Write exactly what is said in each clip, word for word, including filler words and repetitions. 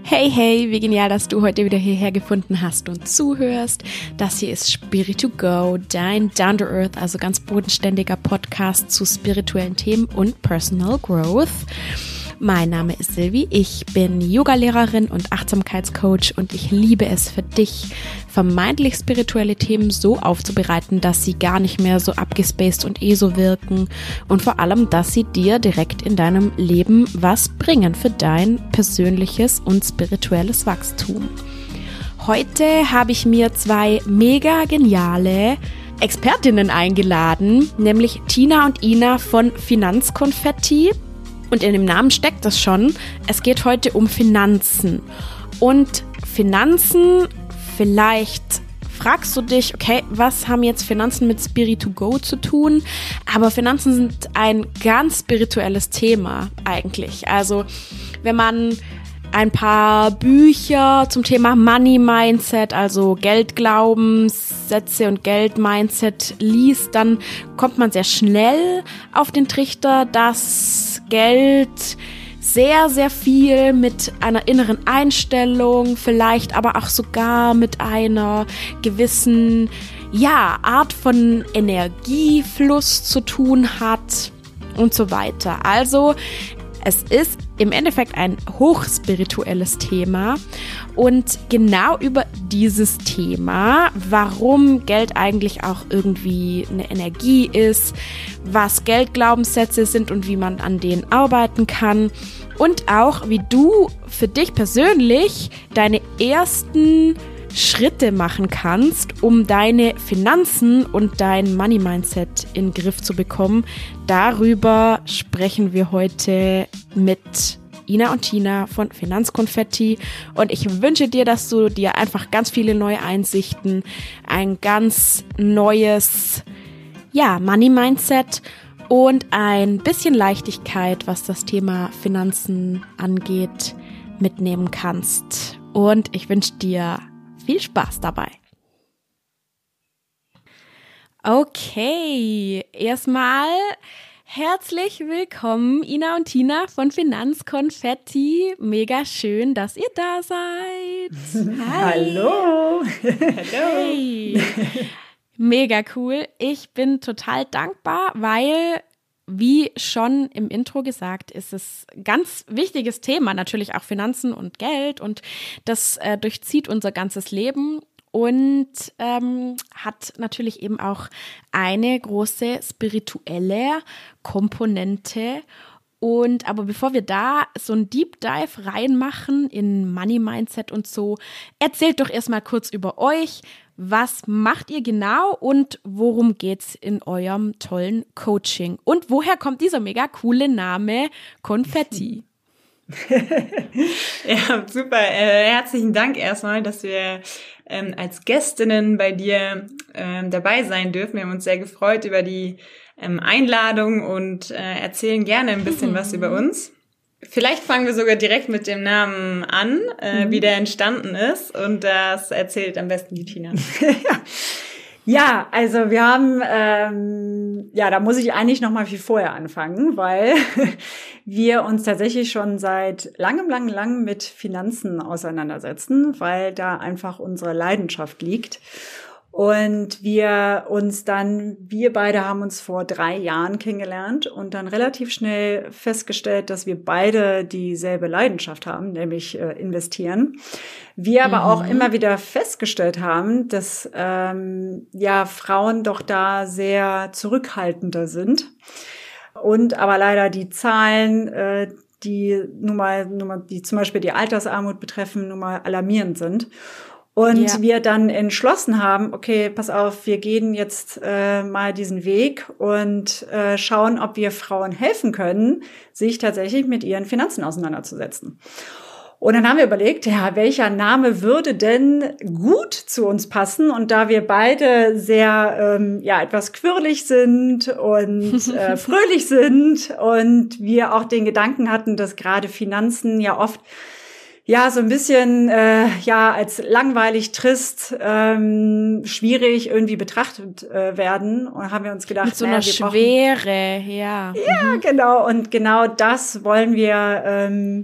Hey, hey, wie genial, dass du heute wieder hierher gefunden hast und zuhörst. Das hier ist Spirit to Go, dein Down to Earth, also ganz bodenständiger Podcast zu spirituellen Themen und Personal Growth. Mein Name ist Silvi, ich bin Yoga-Lehrerin und Achtsamkeitscoach und ich liebe es für dich, vermeintlich spirituelle Themen so aufzubereiten, dass sie gar nicht mehr so abgespaced und eh so wirken und vor allem, dass sie dir direkt in deinem Leben was bringen für dein persönliches und spirituelles Wachstum. Heute habe ich mir zwei mega geniale Expertinnen eingeladen, nämlich Tina und Ina von Finanzkonfetti. Und in dem Namen steckt das schon. Es geht heute um Finanzen. Und Finanzen, vielleicht fragst du dich, okay, was haben jetzt Finanzen mit Spirit to Go zu tun? Aber Finanzen sind ein ganz spirituelles Thema eigentlich. Also wenn man ein paar Bücher zum Thema Money Mindset, also Geldglaubenssätze und Geldmindset liest, dann kommt man sehr schnell auf den Trichter, dass Geld sehr, sehr viel mit einer inneren Einstellung, vielleicht aber auch sogar mit einer gewissen, ja, Art von Energiefluss zu tun hat und so weiter. Also es ist im Endeffekt ein hochspirituelles Thema und genau über dieses Thema, warum Geld eigentlich auch irgendwie eine Energie ist, was Geldglaubenssätze sind und wie man an denen arbeiten kann und auch wie du für dich persönlich deine ersten Schritte machen kannst, um deine Finanzen und dein Money Mindset in den Griff zu bekommen. Darüber sprechen wir heute mit Ina und Tina von Finanzkonfetti und ich wünsche dir, dass du dir einfach ganz viele neue Einsichten, ein ganz neues, ja, Money Mindset und ein bisschen Leichtigkeit, was das Thema Finanzen angeht, mitnehmen kannst. Und ich wünsche dir viel Spaß dabei. Okay, erstmal herzlich willkommen, Ina und Tina von Finanzkonfetti. Mega schön, dass ihr da seid. Hi. Hallo. Hallo. Hey. Mega cool. Ich bin total dankbar, weil wie schon im Intro gesagt, ist es ein ganz wichtiges Thema, natürlich auch Finanzen und Geld und das äh, durchzieht unser ganzes Leben und ähm, hat natürlich eben auch eine große spirituelle Komponente. Und aber bevor wir da so ein Deep Dive reinmachen in Money Mindset und so, erzählt doch erstmal kurz über euch. Was macht ihr genau und worum geht's in eurem tollen Coaching? Und woher kommt dieser mega coole Name Konfetti? Ja, super. Äh, herzlichen Dank erstmal, dass wir ähm, als Gästinnen bei dir ähm, dabei sein dürfen. Wir haben uns sehr gefreut über die ähm, Einladung und äh, erzählen gerne ein bisschen mhm. was über uns. Vielleicht fangen wir sogar direkt mit dem Namen an, äh, mhm. wie der entstanden ist. Und das erzählt am besten die Tina. Ja, also wir haben, ähm, ja, da muss ich eigentlich noch mal viel vorher anfangen, weil wir uns tatsächlich schon seit langem, langem, langem mit Finanzen auseinandersetzen, weil da einfach unsere Leidenschaft liegt. Und wir uns dann, wir beide haben uns vor drei Jahren kennengelernt und dann relativ schnell festgestellt, dass wir beide dieselbe Leidenschaft haben, nämlich äh, investieren. Wir aber mhm. auch immer wieder festgestellt haben, dass ähm, ja Frauen doch da sehr zurückhaltender sind und aber leider die Zahlen, äh, die nun mal, nun mal, die zum Beispiel die Altersarmut betreffen, nun mal alarmierend sind. Und ja. wir dann entschlossen haben, okay, pass auf, wir gehen jetzt äh, mal diesen Weg und äh, schauen, ob wir Frauen helfen können, sich tatsächlich mit ihren Finanzen auseinanderzusetzen. Und dann haben wir überlegt, ja, welcher Name würde denn gut zu uns passen? Und da wir beide sehr, ähm, ja, etwas quirlig sind und äh, fröhlich sind und wir auch den Gedanken hatten, dass gerade Finanzen ja oft ja so ein bisschen äh, ja als langweilig, trist, ähm, schwierig irgendwie betrachtet äh, werden, und haben wir uns gedacht, mit so einer naja, wir Schwere, ja. Ja, mhm. genau. Und genau das wollen wir ähm,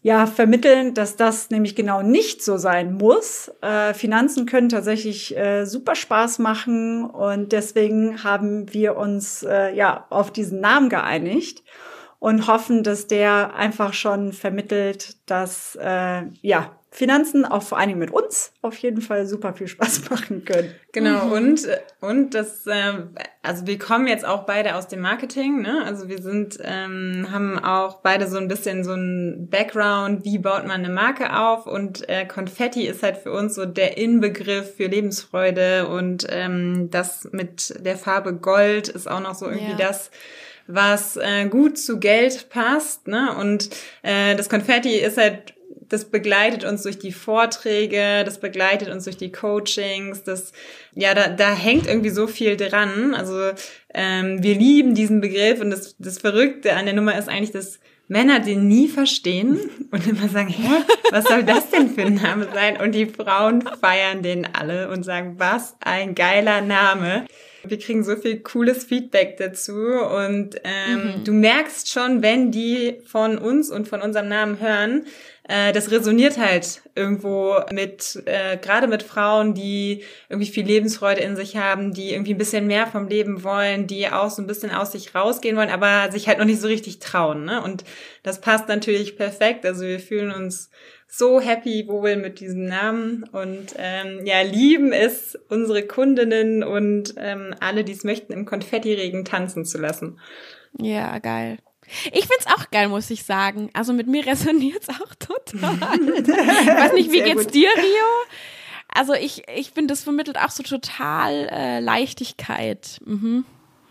ja, vermitteln, dass das nämlich genau nicht so sein muss. Äh, Finanzen können tatsächlich äh, super Spaß machen und deswegen haben wir uns äh, ja auf diesen Namen geeinigt und hoffen, dass der einfach schon vermittelt, dass äh, ja Finanzen auch vor allen Dingen mit uns auf jeden Fall super viel Spaß machen können. Genau, mhm. und und das, äh, also wir kommen jetzt auch beide aus dem Marketing, ne? Also wir sind, ähm, haben auch beide so ein bisschen so ein Background, wie baut man eine Marke auf, und äh, Konfetti ist halt für uns so der Inbegriff für Lebensfreude, und ähm, das mit der Farbe Gold ist auch noch so irgendwie ja. das, was äh, gut zu Geld passt, ne? Und äh, das Konfetti ist halt, das begleitet uns durch die Vorträge, das begleitet uns durch die Coachings, das, ja, da, da hängt irgendwie so viel dran. Also ähm, wir lieben diesen Begriff, und das, das Verrückte an der Nummer ist eigentlich, dass Männer den nie verstehen und immer sagen, hä, was soll das denn für ein Name sein? Und die Frauen feiern den alle und sagen, was ein geiler Name. Wir kriegen so viel cooles Feedback dazu, und ähm, mhm. du merkst schon, wenn die von uns und von unserem Namen hören, äh, das resoniert halt irgendwo mit, äh, gerade mit Frauen, die irgendwie viel Lebensfreude in sich haben, die irgendwie ein bisschen mehr vom Leben wollen, die auch so ein bisschen aus sich rausgehen wollen, aber sich halt noch nicht so richtig trauen, ne? Und das passt natürlich perfekt. Also wir fühlen uns so happy wohl mit diesem Namen, und ähm, ja, lieben es, unsere Kundinnen und ähm, alle, die es möchten, im Konfettiregen tanzen zu lassen. Ja, geil. Ich find's auch geil, muss ich sagen. Also mit mir resoniert's auch total. Ich weiß nicht, wie Sehr geht's gut. dir, Rio? Also ich ich finde, das vermittelt auch so total äh, Leichtigkeit. Mhm.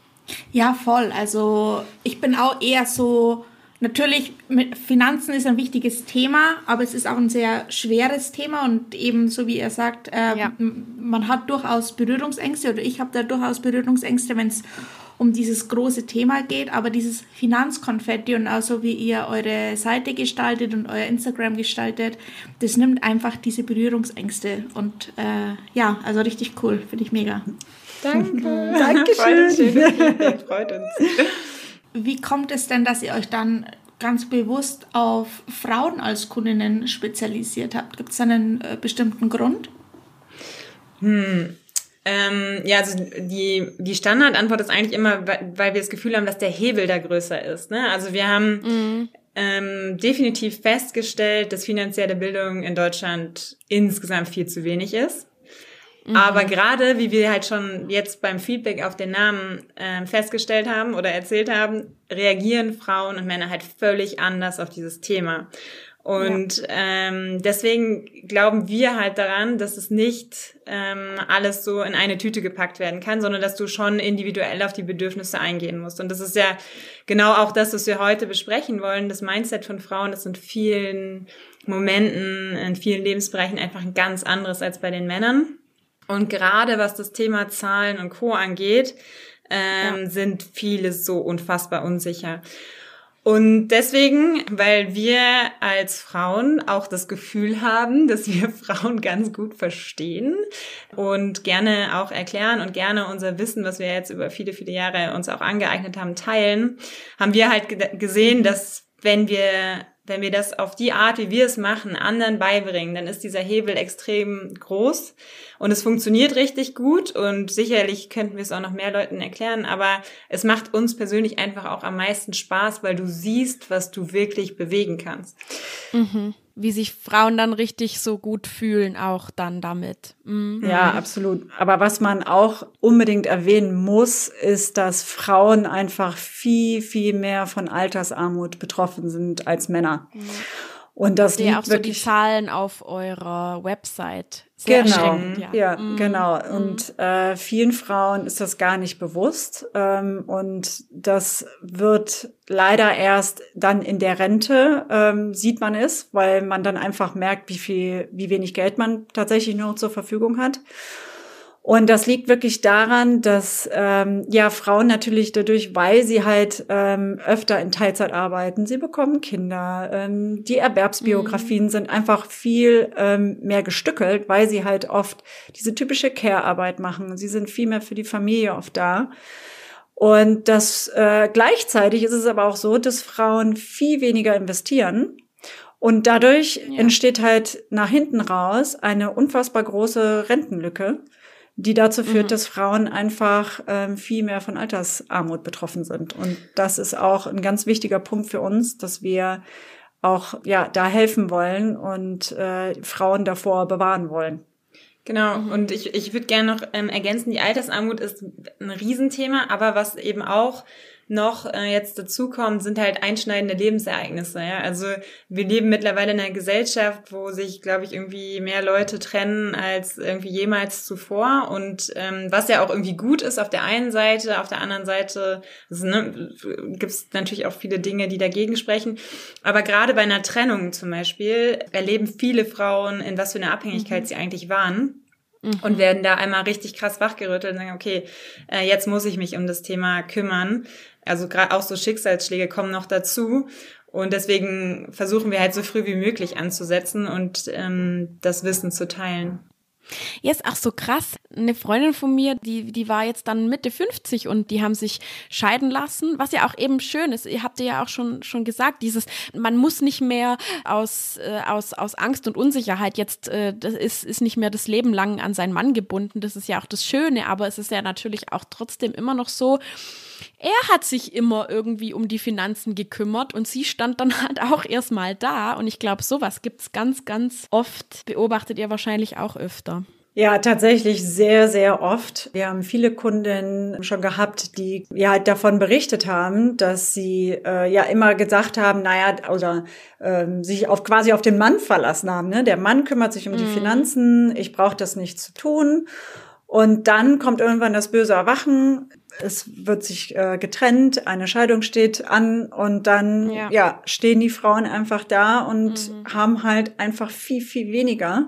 Ja, voll. Also ich bin auch eher so, natürlich, mit Finanzen ist ein wichtiges Thema, aber es ist auch ein sehr schweres Thema, und eben so wie ihr sagt, äh, ja. man hat durchaus Berührungsängste, oder ich habe da durchaus Berührungsängste, wenn es um dieses große Thema geht, aber dieses Finanzkonfetti und auch so wie ihr eure Seite gestaltet und euer Instagram gestaltet, das nimmt einfach diese Berührungsängste, und äh, ja, also richtig cool, finde ich mega. Danke. Dankeschön. Freut uns. Wie kommt es denn, dass ihr euch dann ganz bewusst auf Frauen als Kundinnen spezialisiert habt? Gibt es einen äh, bestimmten Grund? Hm. Ähm, ja, also die die Standardantwort ist eigentlich immer, weil, weil wir das Gefühl haben, dass der Hebel da größer ist, ne? Also wir haben mhm. ähm, definitiv festgestellt, dass finanzielle Bildung in Deutschland insgesamt viel zu wenig ist. Mhm. Aber gerade, wie wir halt schon jetzt beim Feedback auf den Namen äh, festgestellt haben oder erzählt haben, reagieren Frauen und Männer halt völlig anders auf dieses Thema. Und ja. ähm, deswegen glauben wir halt daran, dass es nicht ähm, alles so in eine Tüte gepackt werden kann, sondern dass du schon individuell auf die Bedürfnisse eingehen musst. Und das ist ja genau auch das, was wir heute besprechen wollen. Das Mindset von Frauen ist in vielen Momenten, in vielen Lebensbereichen einfach ein ganz anderes als bei den Männern. Und gerade was das Thema Zahlen und Co. angeht, ähm, ja. sind viele so unfassbar unsicher. Und deswegen, weil wir als Frauen auch das Gefühl haben, dass wir Frauen ganz gut verstehen und gerne auch erklären und gerne unser Wissen, was wir jetzt über viele, viele Jahre uns auch angeeignet haben, teilen, haben wir halt ge- gesehen, dass wenn wir wenn wir das auf die Art, wie wir es machen, anderen beibringen, dann ist dieser Hebel extrem groß und es funktioniert richtig gut, und sicherlich könnten wir es auch noch mehr Leuten erklären, aber es macht uns persönlich einfach auch am meisten Spaß, weil du siehst, was du wirklich bewegen kannst. Mhm. Wie sich Frauen dann richtig so gut fühlen auch dann damit. Mhm. Ja, absolut. Aber was man auch unbedingt erwähnen muss, ist, dass Frauen einfach viel, viel mehr von Altersarmut betroffen sind als Männer. Mhm. Und das liegt auch so wirklich die Zahlen auf eurer Website. Sehr genau, ja, ja mm. genau. Und äh, vielen Frauen ist das gar nicht bewusst. Ähm, und das wird leider erst dann in der Rente, ähm, sieht man es, weil man dann einfach merkt, wie viel, wie wenig Geld man tatsächlich noch zur Verfügung hat. Und das liegt wirklich daran, dass ähm, ja Frauen natürlich dadurch, weil sie halt ähm, öfter in Teilzeit arbeiten, sie bekommen Kinder, ähm, die Erwerbsbiografien mhm. sind einfach viel ähm, mehr gestückelt, weil sie halt oft diese typische Care-Arbeit machen. Sie sind viel mehr für die Familie oft da. Und das äh, gleichzeitig ist es aber auch so, dass Frauen viel weniger investieren. Und dadurch Ja. entsteht halt nach hinten raus eine unfassbar große Rentenlücke, die dazu führt, Mhm. dass Frauen einfach ähm, viel mehr von Altersarmut betroffen sind. Und das ist auch ein ganz wichtiger Punkt für uns, dass wir auch ja da helfen wollen und äh, Frauen davor bewahren wollen. Genau, und ich, ich würde gerne noch ähm, ergänzen, die Altersarmut ist ein Riesenthema, aber was eben auch noch äh, jetzt dazukommt, sind halt einschneidende Lebensereignisse. Ja? Also wir leben mittlerweile in einer Gesellschaft, wo sich, glaube ich, irgendwie mehr Leute trennen als irgendwie jemals zuvor. Und ähm, was ja auch irgendwie gut ist auf der einen Seite, auf der anderen Seite also, ne, gibt es natürlich auch viele Dinge, die dagegen sprechen. Aber gerade bei einer Trennung zum Beispiel erleben viele Frauen, in was für einer Abhängigkeit mhm. sie eigentlich waren. Und werden da einmal richtig krass wachgerüttelt und sagen, okay, äh, jetzt muss ich mich um das Thema kümmern. Also gerade auch so Schicksalsschläge kommen noch dazu. Und deswegen versuchen wir halt so früh wie möglich anzusetzen und ähm, das Wissen zu teilen. Ja, ist auch so krass. Eine Freundin von mir, die die war jetzt dann Mitte fünfzig und die haben sich scheiden lassen, was ja auch eben schön ist. Ihr habt ja auch schon schon gesagt, dieses man muss nicht mehr aus äh, aus aus Angst und Unsicherheit jetzt äh, das ist ist nicht mehr das Leben lang an seinen Mann gebunden. Das ist ja auch das Schöne, aber es ist ja natürlich auch trotzdem immer noch so, er hat sich immer irgendwie um die Finanzen gekümmert und sie stand dann halt auch erstmal da. Und ich glaube, sowas gibt's ganz, ganz oft. Beobachtet ihr wahrscheinlich auch öfter. Ja, tatsächlich sehr, sehr oft. Wir haben viele Kundinnen schon gehabt, die ja halt davon berichtet haben, dass sie äh, ja immer gesagt haben, naja, oder ähm, sich auf quasi auf den Mann verlassen haben. Ne? Der Mann kümmert sich um die Mhm. Finanzen, ich brauche das nicht zu tun. Und dann kommt irgendwann das böse Erwachen, es wird sich äh, getrennt, eine Scheidung steht an und dann Ja. ja stehen die Frauen einfach da und Mhm. haben halt einfach viel, viel weniger.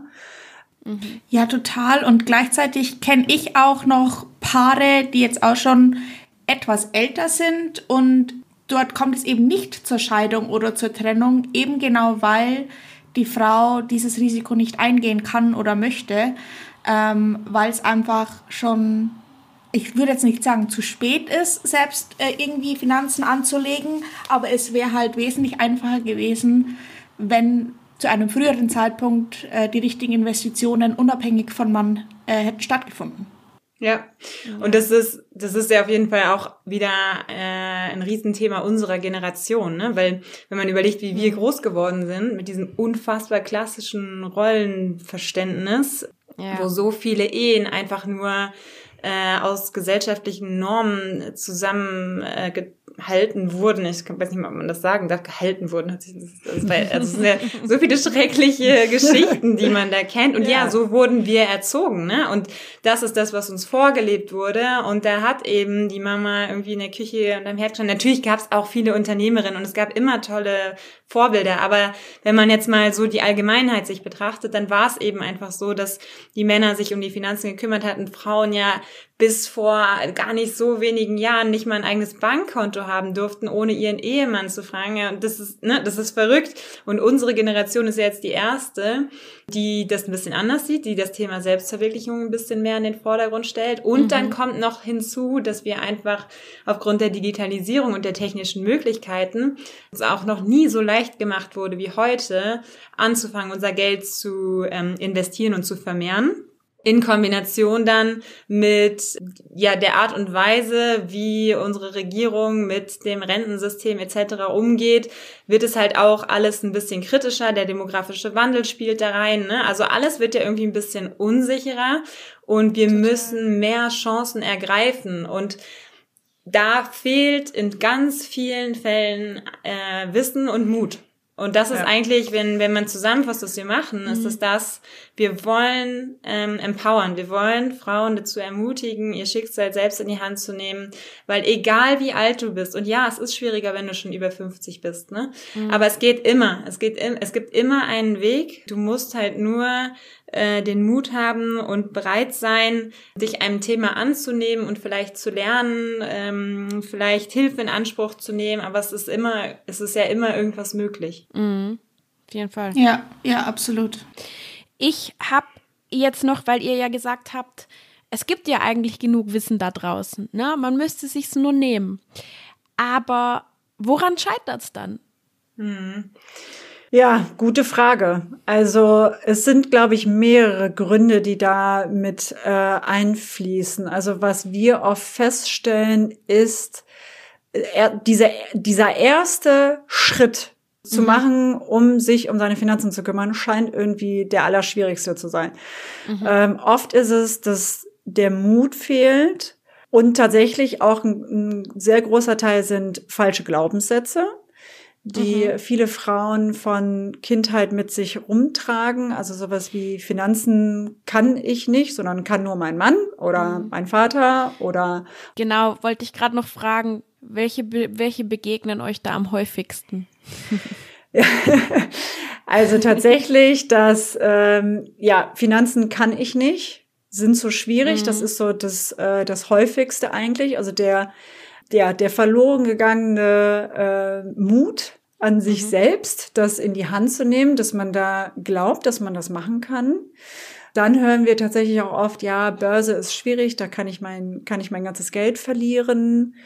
Ja, total. Und gleichzeitig kenne ich auch noch Paare, die jetzt auch schon etwas älter sind und dort kommt es eben nicht zur Scheidung oder zur Trennung, eben genau weil die Frau dieses Risiko nicht eingehen kann oder möchte, ähm, weil es einfach schon, ich würde jetzt nicht sagen zu spät ist, selbst äh, irgendwie Finanzen anzulegen, aber es wäre halt wesentlich einfacher gewesen, wenn zu einem früheren Zeitpunkt äh, die richtigen Investitionen unabhängig von Mann äh, hätten stattgefunden. Ja, und das ist das ist ja auf jeden Fall auch wieder äh, ein Riesenthema unserer Generation, ne? Weil wenn man überlegt, wie wir groß geworden sind mit diesem unfassbar klassischen Rollenverständnis, Ja. wo so viele Ehen einfach nur äh, aus gesellschaftlichen Normen zusammen äh, gehalten wurden. Ich weiß nicht mal, ob man das sagen darf. Gehalten wurden. Hat sich das, das war, also es sind ja so viele schreckliche Geschichten, die man da kennt. Und ja. ja, so wurden wir erzogen, ne? Und das ist das, was uns vorgelebt wurde. Und da hat eben die Mama irgendwie in der Küche und am Herd gestanden. Natürlich gab es auch viele Unternehmerinnen und es gab immer tolle Vorbilder. Aber wenn man jetzt mal so die Allgemeinheit sich betrachtet, dann war es eben einfach so, dass die Männer sich um die Finanzen gekümmert hatten, Frauen ja bis vor gar nicht so wenigen Jahren nicht mal ein eigenes Bankkonto haben durften, ohne ihren Ehemann zu fragen. Ja, und das ist, ne, das ist verrückt. Und unsere Generation ist ja jetzt die erste, die das ein bisschen anders sieht, die das Thema Selbstverwirklichung ein bisschen mehr in den Vordergrund stellt. Und mhm. dann kommt noch hinzu, dass wir einfach aufgrund der Digitalisierung und der technischen Möglichkeiten es auch noch nie so leicht gemacht wurde wie heute, anzufangen, unser Geld zu ähm, investieren und zu vermehren. In Kombination dann mit ja der Art und Weise, wie unsere Regierung mit dem Rentensystem et cetera umgeht, wird es halt auch alles ein bisschen kritischer. Der demografische Wandel spielt da rein, ne? Also alles wird ja irgendwie ein bisschen unsicherer und wir Total. müssen mehr Chancen ergreifen und da fehlt in ganz vielen Fällen äh, Wissen und Mut. Und das ist ja. eigentlich, wenn wenn man zusammenfasst, was wir machen, ist es das, wir wollen ähm, empowern, wir wollen Frauen dazu ermutigen, ihr Schicksal selbst in die Hand zu nehmen, weil egal wie alt du bist, und ja, es ist schwieriger, wenn du schon über fünfzig bist, ne? Mhm. Aber es geht immer, es geht im, es gibt immer einen Weg, du musst halt nur äh, den Mut haben und bereit sein, dich einem Thema anzunehmen und vielleicht zu lernen, ähm, vielleicht Hilfe in Anspruch zu nehmen, aber es ist immer, es ist ja immer irgendwas möglich. Mhm. Auf jeden Fall. Ja, ja, absolut. Ich habe jetzt noch, weil ihr ja gesagt habt, es gibt ja eigentlich genug Wissen da draußen, ne? Man müsste es sich nur nehmen. Aber woran scheitert es dann? Hm. Ja, gute Frage. Also es sind, glaube ich, mehrere Gründe, die da mit äh, einfließen. Also was wir oft feststellen, ist äh, dieser, dieser erste Schritt zu mhm. machen, um sich um seine Finanzen zu kümmern, scheint irgendwie der allerschwierigste zu sein. Mhm. Ähm, oft ist es, dass der Mut fehlt und tatsächlich auch ein, ein sehr großer Teil sind falsche Glaubenssätze, die mhm. viele Frauen von Kindheit mit sich rumtragen. Also sowas wie Finanzen kann ich nicht, sondern kann nur mein Mann oder mhm. mein Vater oder... Genau, wollte ich gerade noch fragen, welche, welche begegnen euch da am häufigsten? Also tatsächlich, dass ähm, ja, Finanzen kann ich nicht, sind so schwierig. Mhm. Das ist so das, äh, das häufigste eigentlich. Also der Der, der verloren gegangene äh, Mut an sich mhm. selbst, das in die Hand zu nehmen, dass man da glaubt, dass man das machen kann. Dann hören wir tatsächlich auch oft, ja, Börse ist schwierig, da kann ich mein, kann ich mein ganzes Geld verlieren.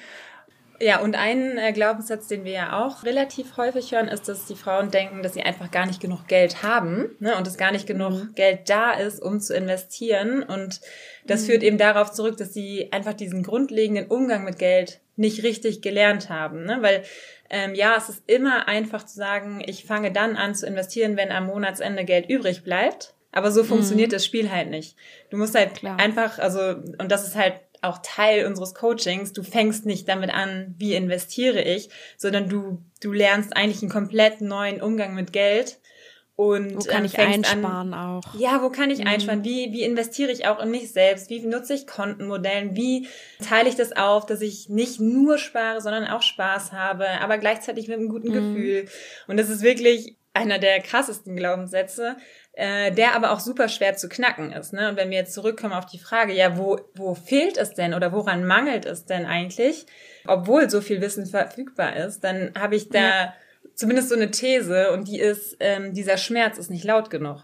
Ja, und ein äh, Glaubenssatz, den wir ja auch relativ häufig hören, ist, dass die Frauen denken, dass sie einfach gar nicht genug Geld haben, ne, und dass gar nicht genug mhm. Geld da ist, um zu investieren. Und das mhm. führt eben darauf zurück, dass sie einfach diesen grundlegenden Umgang mit Geld nicht richtig gelernt haben, ne, weil ähm, ja, es ist immer einfach zu sagen, ich fange dann an zu investieren, wenn am Monatsende Geld übrig bleibt. Aber so funktioniert mhm. das Spiel halt nicht. Du musst halt Klar. einfach, also, und das ist halt auch Teil unseres Coachings, du fängst nicht damit an, wie investiere ich, sondern du du lernst eigentlich einen komplett neuen Umgang mit Geld. Und wo kann ähm, ich einsparen an, auch? Ja, wo kann ich mhm. einsparen? Wie wie investiere ich auch in mich selbst? Wie nutze ich Kontenmodellen? Wie teile ich das auf, dass ich nicht nur spare, sondern auch Spaß habe, aber gleichzeitig mit einem guten mhm. Gefühl? Und das ist wirklich einer der krassesten Glaubenssätze, äh, der aber auch super schwer zu knacken ist, ne? Und wenn wir jetzt zurückkommen auf die Frage, ja, wo wo fehlt es denn oder woran mangelt es denn eigentlich, obwohl so viel Wissen verfügbar ist, dann habe ich da ja. zumindest so eine These, und die ist, ähm, dieser Schmerz ist nicht laut genug.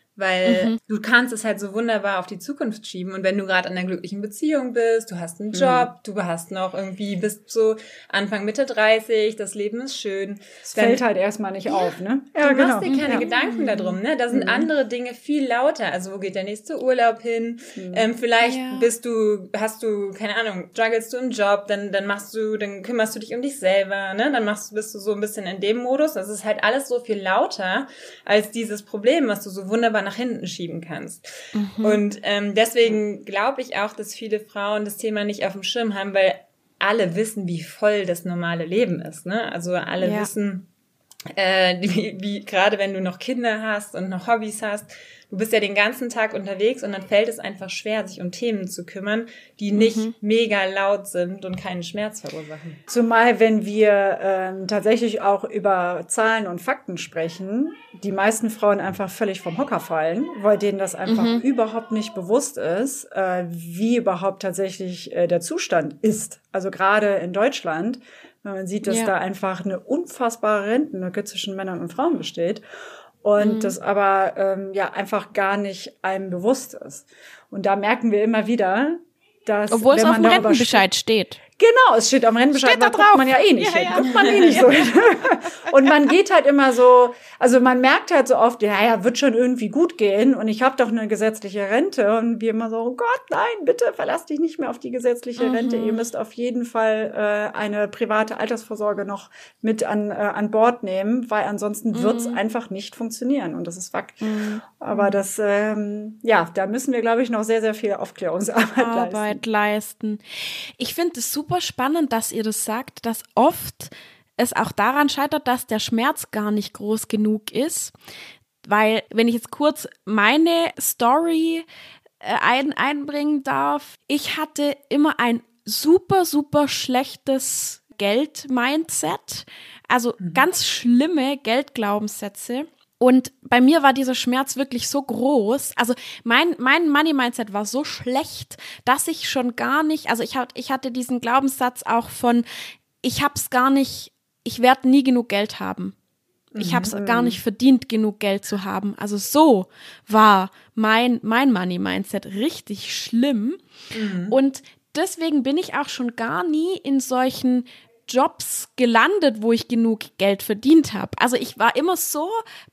Weil mhm. du kannst es halt so wunderbar auf die Zukunft schieben. Und wenn du gerade in einer glücklichen Beziehung bist, du hast einen Job, mhm. du hast noch irgendwie, bist so Anfang, Mitte dreißig, das Leben ist schön. Es fällt halt erstmal nicht ja, auf, ne? Ja, du genau. machst dir keine ja. Gedanken darum, ne? Da sind mhm. andere Dinge viel lauter. Also wo geht der nächste Urlaub hin? Mhm. Ähm, vielleicht ja. bist du, hast du, keine Ahnung, strugglest du im Job, dann, dann machst du, dann kümmerst du dich um dich selber, ne? Dann machst du, bist du so ein bisschen in dem Modus. Das ist halt alles so viel lauter als dieses Problem, was du so wunderbar nach hinten schieben kannst. Mhm. Und ähm, deswegen glaube ich auch, dass viele Frauen das Thema nicht auf dem Schirm haben, weil alle wissen, wie voll das normale Leben ist, ne? Also alle ja. wissen, äh, wie, wie gerade wenn du noch Kinder hast und noch Hobbys hast, du bist ja den ganzen Tag unterwegs und dann fällt es einfach schwer, sich um Themen zu kümmern, die nicht mhm. mega laut sind und keinen Schmerz verursachen. Zumal, wenn wir ähm, tatsächlich auch über Zahlen und Fakten sprechen, die meisten Frauen einfach völlig vom Hocker fallen, weil denen das einfach mhm. überhaupt nicht bewusst ist, äh, wie überhaupt tatsächlich äh, der Zustand ist. Also gerade in Deutschland, wenn man sieht, dass ja. da einfach eine unfassbare Rentenlücke zwischen Männern und Frauen besteht. Und mhm. das aber ähm, ja einfach gar nicht einem bewusst ist. Und da merken wir immer wieder, dass obwohl wenn es auf man dem Rentenbescheid steht. Genau, es steht am Rentenbescheid, steht da da drauf. guckt man ja eh nicht ja, hin. Ja. Guckt man eh nicht so hin. Und man geht halt immer so, also man merkt halt so oft, ja, ja, wird schon irgendwie gut gehen und ich habe doch eine gesetzliche Rente. Und wir immer so, oh Gott, nein, bitte verlass dich nicht mehr auf die gesetzliche mhm. Rente. Ihr müsst auf jeden Fall äh, eine private Altersvorsorge noch mit an, äh, an Bord nehmen, weil ansonsten mhm. wird's einfach nicht funktionieren. Und das ist Fakt. Mhm. Aber das, ähm, ja, da müssen wir, glaube ich, noch sehr, sehr viel Aufklärungsarbeit Arbeit leisten. leisten. Ich finde es super spannend, dass ihr das sagt, dass oft es auch daran scheitert, dass der Schmerz gar nicht groß genug ist. Weil, wenn ich jetzt kurz meine Story äh, ein, einbringen darf, ich hatte immer ein super, super schlechtes Geld-Mindset. Also mhm. ganz schlimme Geldglaubenssätze. Und bei mir war dieser Schmerz wirklich so groß. Also mein mein Money-Mindset war so schlecht, dass ich schon gar nicht, also ich, hat, ich hatte diesen Glaubenssatz auch von, ich hab's gar nicht, ich werde nie genug Geld haben. Ich habe es mhm. gar nicht verdient, genug Geld zu haben. Also so war mein, mein Money-Mindset richtig schlimm. Mhm. Und deswegen bin ich auch schon gar nie in solchen Jobs gelandet, wo ich genug Geld verdient habe. Also ich war immer so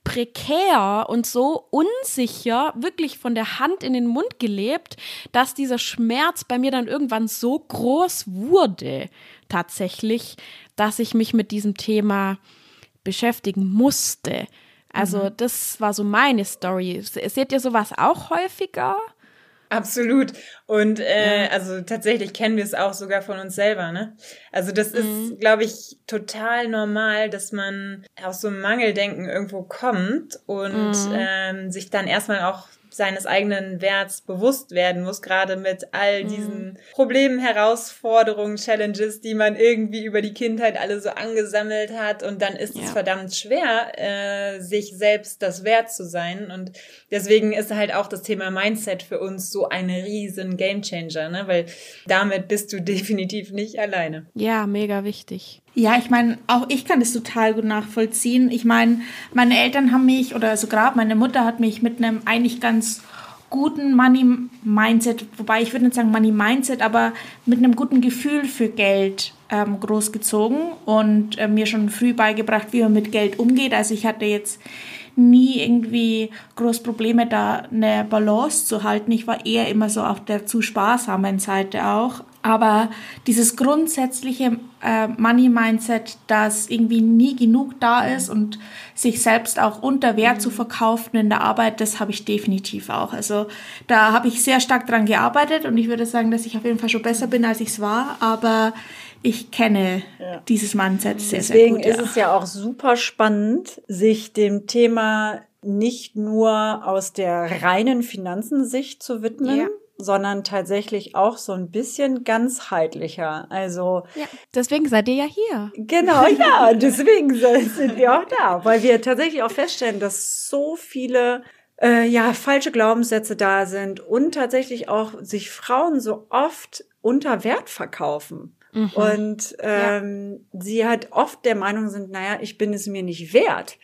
prekär und so unsicher, wirklich von der Hand in den Mund gelebt, dass dieser Schmerz bei mir dann irgendwann so groß wurde, tatsächlich, dass ich mich mit diesem Thema beschäftigen musste. Also mhm. das war so meine Story. Seht ihr sowas auch häufiger? Absolut. Und äh, ja. also tatsächlich kennen wir es auch sogar von uns selber, ne? Also das mhm. ist, glaube ich, total normal, dass man aus so einem Mangeldenken irgendwo kommt und mhm. ähm, sich dann erstmal auch seines eigenen Werts bewusst werden muss, gerade mit all diesen mhm. Problemen, Herausforderungen, Challenges, die man irgendwie über die Kindheit alle so angesammelt hat. Und dann ist ja. es verdammt schwer, äh, sich selbst das wert zu sein. Und deswegen ist halt auch das Thema Mindset für uns so ein riesen Gamechanger, ne? Weil damit bist du definitiv nicht alleine. Ja, mega wichtig. Ja, ich meine, auch ich kann das total gut nachvollziehen. Ich meine, meine Eltern haben mich, oder sogar meine Mutter hat mich mit einem eigentlich ganz guten Money-Mindset, wobei ich würde nicht sagen Money-Mindset, aber mit einem guten Gefühl für Geld ähm, großgezogen und äh, mir schon früh beigebracht, wie man mit Geld umgeht. Also ich hatte jetzt nie irgendwie groß Probleme, da eine Balance zu halten. Ich war eher immer so auf der zu sparsamen Seite auch. Aber dieses grundsätzliche äh, Money-Mindset, dass irgendwie nie genug da ist und sich selbst auch unter Wert zu verkaufen in der Arbeit, das habe ich definitiv auch. Also da habe ich sehr stark dran gearbeitet und ich würde sagen, dass ich auf jeden Fall schon besser bin, als ich es war. Aber ich kenne ja. dieses Mindset sehr, Deswegen sehr gut. Deswegen ist ja. es ja auch super spannend, sich dem Thema nicht nur aus der reinen Finanzensicht zu widmen, ja. sondern tatsächlich auch so ein bisschen ganzheitlicher. Also ja, deswegen seid ihr ja hier. Genau, ja, deswegen sind wir auch da, weil wir tatsächlich auch feststellen, dass so viele äh, ja falsche Glaubenssätze da sind und tatsächlich auch sich Frauen so oft unter Wert verkaufen. Mhm. Und ähm, ja. sie halt oft der Meinung sind, naja, ich bin es mir nicht wert.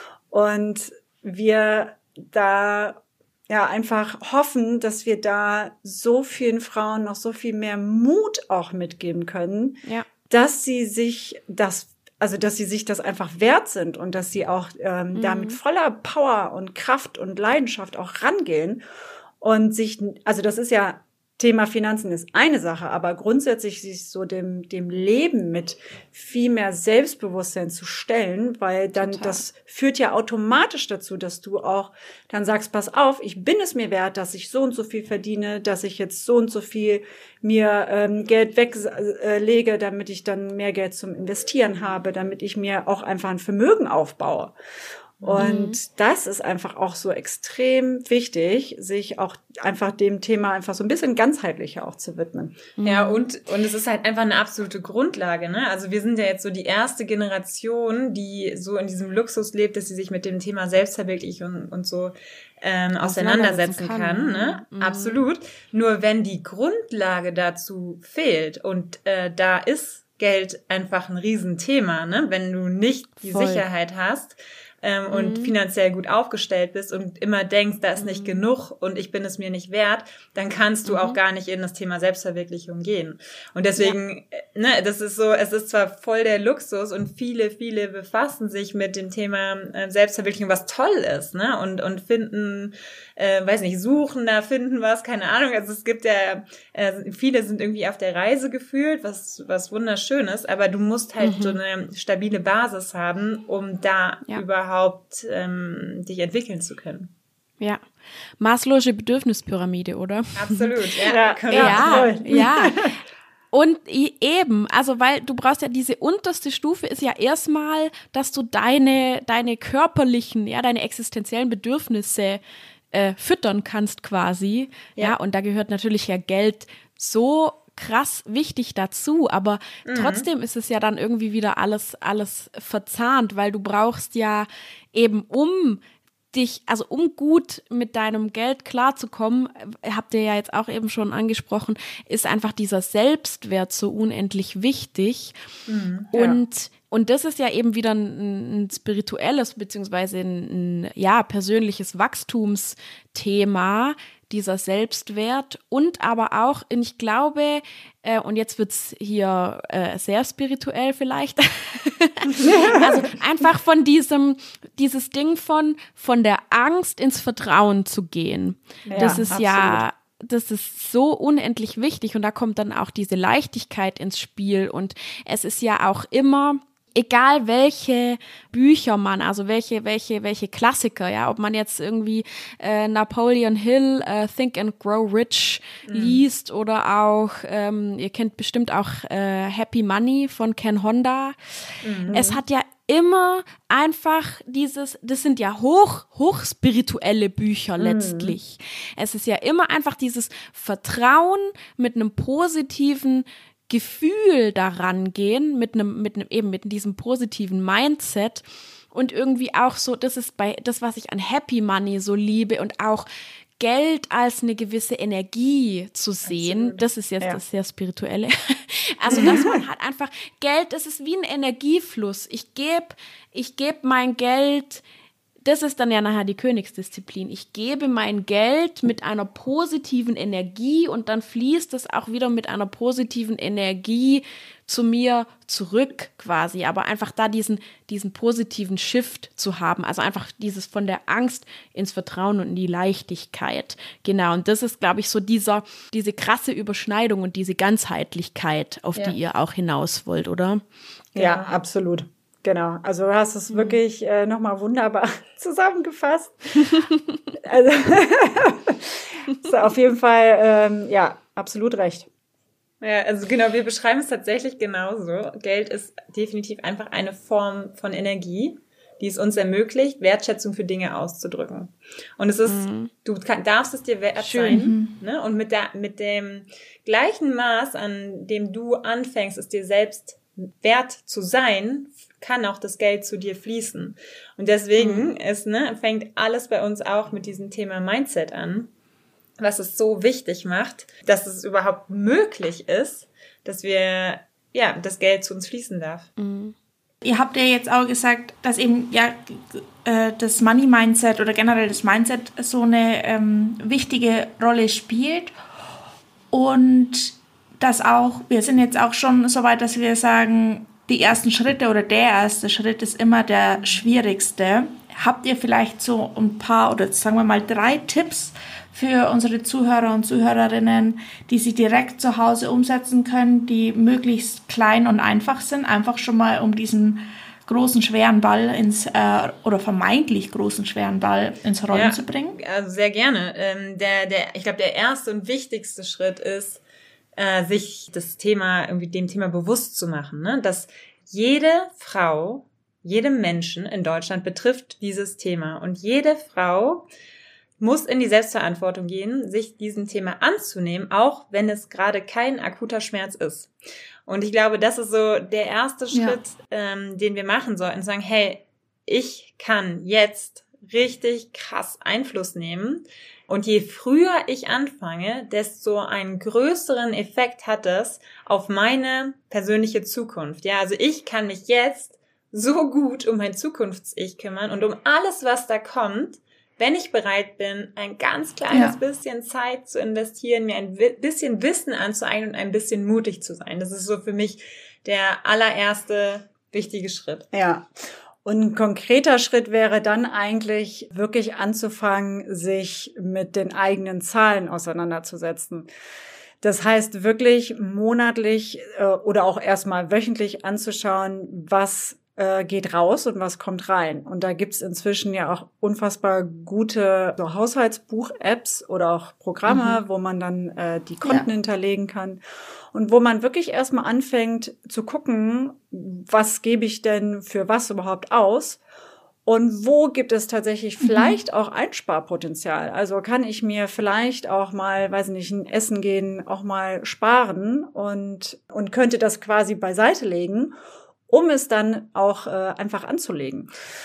Und wir da ja einfach hoffen, dass wir da so vielen Frauen noch so viel mehr Mut auch mitgeben können, ja. dass sie sich das, also dass sie sich das einfach wert sind und dass sie auch ähm, mhm. da mit voller Power und Kraft und Leidenschaft auch rangehen und sich, also das ist ja Thema Finanzen ist eine Sache, aber grundsätzlich sich so dem, dem Leben mit viel mehr Selbstbewusstsein zu stellen, weil dann Total. Das führt ja automatisch dazu, dass du auch dann sagst, pass auf, ich bin es mir wert, dass ich so und so viel verdiene, dass ich jetzt so und so viel mir ähm, Geld weglege, äh, damit ich dann mehr Geld zum Investieren habe, damit ich mir auch einfach ein Vermögen aufbaue. Und mhm. das ist einfach auch so extrem wichtig, sich auch einfach dem Thema einfach so ein bisschen ganzheitlicher auch zu widmen. Ja, und und es ist halt einfach eine absolute Grundlage, ne? Also wir sind ja jetzt so die erste Generation, die so in diesem Luxus lebt, dass sie sich mit dem Thema Selbstverwirklichung und, und so ähm, auseinandersetzen kann, kann ne? Mhm. Absolut. Nur wenn die Grundlage dazu fehlt und äh, da ist Geld einfach ein Riesenthema, ne? Wenn du nicht die Voll. Sicherheit hast, Ähm, und mhm. finanziell gut aufgestellt bist und immer denkst, da ist mhm. nicht genug und ich bin es mir nicht wert, dann kannst du mhm. auch gar nicht in das Thema Selbstverwirklichung gehen. Und deswegen, ja. ne, das ist so, es ist zwar voll der Luxus und viele, viele befassen sich mit dem Thema äh, Selbstverwirklichung, was toll ist, ne, und und finden, äh, weiß nicht, suchen da, finden was, keine Ahnung. Also es gibt ja, äh, viele sind irgendwie auf der Reise gefühlt, was was wunderschön ist, aber du musst halt mhm. so eine stabile Basis haben, um da ja. überhaupt überhaupt ähm, dich entwickeln zu können. Ja, Maslow'sche Bedürfnispyramide, oder? Absolut, ja. Ja, ja, ja. Und eben, also weil du brauchst ja diese unterste Stufe ist ja erstmal, dass du deine deine körperlichen, ja, deine existenziellen Bedürfnisse äh, füttern kannst quasi. Ja. ja, und da gehört natürlich ja Geld so krass wichtig dazu, aber mhm. trotzdem ist es ja dann irgendwie wieder alles alles verzahnt, weil du brauchst ja eben, um dich, also um gut mit deinem Geld klarzukommen, habt ihr ja jetzt auch eben schon angesprochen, ist einfach dieser Selbstwert so unendlich wichtig. Mhm, ja. Und Und das ist ja eben wieder ein, ein spirituelles beziehungsweise ein, ein ja, persönliches Wachstumsthema, dieser Selbstwert und aber auch, ich glaube, äh, und jetzt wird's hier äh, sehr spirituell vielleicht, also einfach von diesem, dieses Ding von, von der Angst ins Vertrauen zu gehen. Ja, das ist absolut. ja, das ist so unendlich wichtig und da kommt dann auch diese Leichtigkeit ins Spiel und es ist ja auch immer, egal welche Bücher man, also welche welche welche Klassiker, ja, ob man jetzt irgendwie äh, Napoleon Hill, äh, Think and Grow Rich mhm. liest oder auch, ähm, ihr kennt bestimmt auch äh, Happy Money von Ken Honda. Mhm. Es hat ja immer einfach dieses, das sind ja hoch, hochspirituelle Bücher letztlich. Mhm. Es ist ja immer einfach dieses Vertrauen mit einem positiven Gefühl daran gehen, mit einem, mit einem, eben mit diesem positiven Mindset und irgendwie auch so, das ist bei, das, was ich an Happy Money so liebe und auch Geld als eine gewisse Energie zu sehen, absolut. Das ist jetzt ja. das sehr Spirituelle. Also, dass man halt einfach, Geld, das ist wie ein Energiefluss. Ich gebe, ich gebe mein Geld, das ist dann ja nachher die Königsdisziplin. Ich gebe mein Geld mit einer positiven Energie und dann fließt es auch wieder mit einer positiven Energie zu mir zurück quasi. Aber einfach da diesen, diesen positiven Shift zu haben. Also einfach dieses von der Angst ins Vertrauen und in die Leichtigkeit. Genau. Und das ist, glaube ich, so dieser, diese krasse Überschneidung und diese Ganzheitlichkeit, auf ja. die ihr auch hinaus wollt, oder? Ja, genau. Absolut. Genau, also du hast es wirklich äh, nochmal wunderbar zusammengefasst. Also ist auf jeden Fall, ähm, ja, absolut recht. Ja, also genau, wir beschreiben es tatsächlich genauso. Geld ist definitiv einfach eine Form von Energie, die es uns ermöglicht, Wertschätzung für Dinge auszudrücken. Und es ist, mhm. du kann, darfst es dir wert Schön. sein, ne? Und mit der, mit dem gleichen Maß, an dem du anfängst, es dir selbst wert zu sein, kann auch das Geld zu dir fließen. Und deswegen mhm. ist, ne, fängt alles bei uns auch mit diesem Thema Mindset an, was es so wichtig macht, dass es überhaupt möglich ist, dass wir, ja, das Geld zu uns fließen darf. Mhm. Ihr habt ja jetzt auch gesagt, dass eben ja das Money-Mindset oder generell das Mindset so eine ähm, wichtige Rolle spielt und dass auch, wir sind jetzt auch schon so weit, dass wir sagen, die ersten Schritte oder der erste Schritt ist immer der schwierigste. Habt ihr vielleicht so ein paar oder sagen wir mal drei Tipps für unsere Zuhörer und Zuhörerinnen, die sie direkt zu Hause umsetzen können, die möglichst klein und einfach sind, einfach schon mal um diesen großen, schweren Ball ins, äh, oder vermeintlich großen, schweren Ball ins Rollen ja, zu bringen? Also sehr gerne. Ähm, der, der, ich glaube, der erste und wichtigste Schritt ist, Äh, sich das Thema, irgendwie dem Thema bewusst zu machen, ne? Dass jede Frau, jedem Menschen in Deutschland betrifft dieses Thema und jede Frau muss in die Selbstverantwortung gehen, sich diesem Thema anzunehmen, auch wenn es gerade kein akuter Schmerz ist. Und ich glaube, das ist so der erste Schritt, ja. ähm, den wir machen sollten, sagen, hey, ich kann jetzt richtig krass Einfluss nehmen. Und je früher ich anfange, desto einen größeren Effekt hat es auf meine persönliche Zukunft. Ja, also ich kann mich jetzt so gut um mein Zukunfts-Ich kümmern und um alles, was da kommt, wenn ich bereit bin, ein ganz kleines ja. bisschen Zeit zu investieren, mir ein bisschen Wissen anzueignen und ein bisschen mutig zu sein. Das ist so für mich der allererste wichtige Schritt. Ja. Und ein konkreter Schritt wäre dann eigentlich wirklich anzufangen, sich mit den eigenen Zahlen auseinanderzusetzen. Das heißt wirklich monatlich äh, oder auch erstmal wöchentlich anzuschauen, was äh, geht raus und was kommt rein. Und da gibt's inzwischen ja auch unfassbar gute so Haushaltsbuch-Apps oder auch Programme, mhm. wo man dann äh, die Konten ja. hinterlegen kann. Und wo man wirklich erstmal anfängt zu gucken, was gebe ich denn für was überhaupt aus und wo gibt es tatsächlich vielleicht mhm. auch Einsparpotenzial. Also kann ich mir vielleicht auch mal, weiß nicht, ein Essen gehen, auch mal sparen und und könnte das quasi beiseite legen, um es dann auch äh, einfach anzulegen.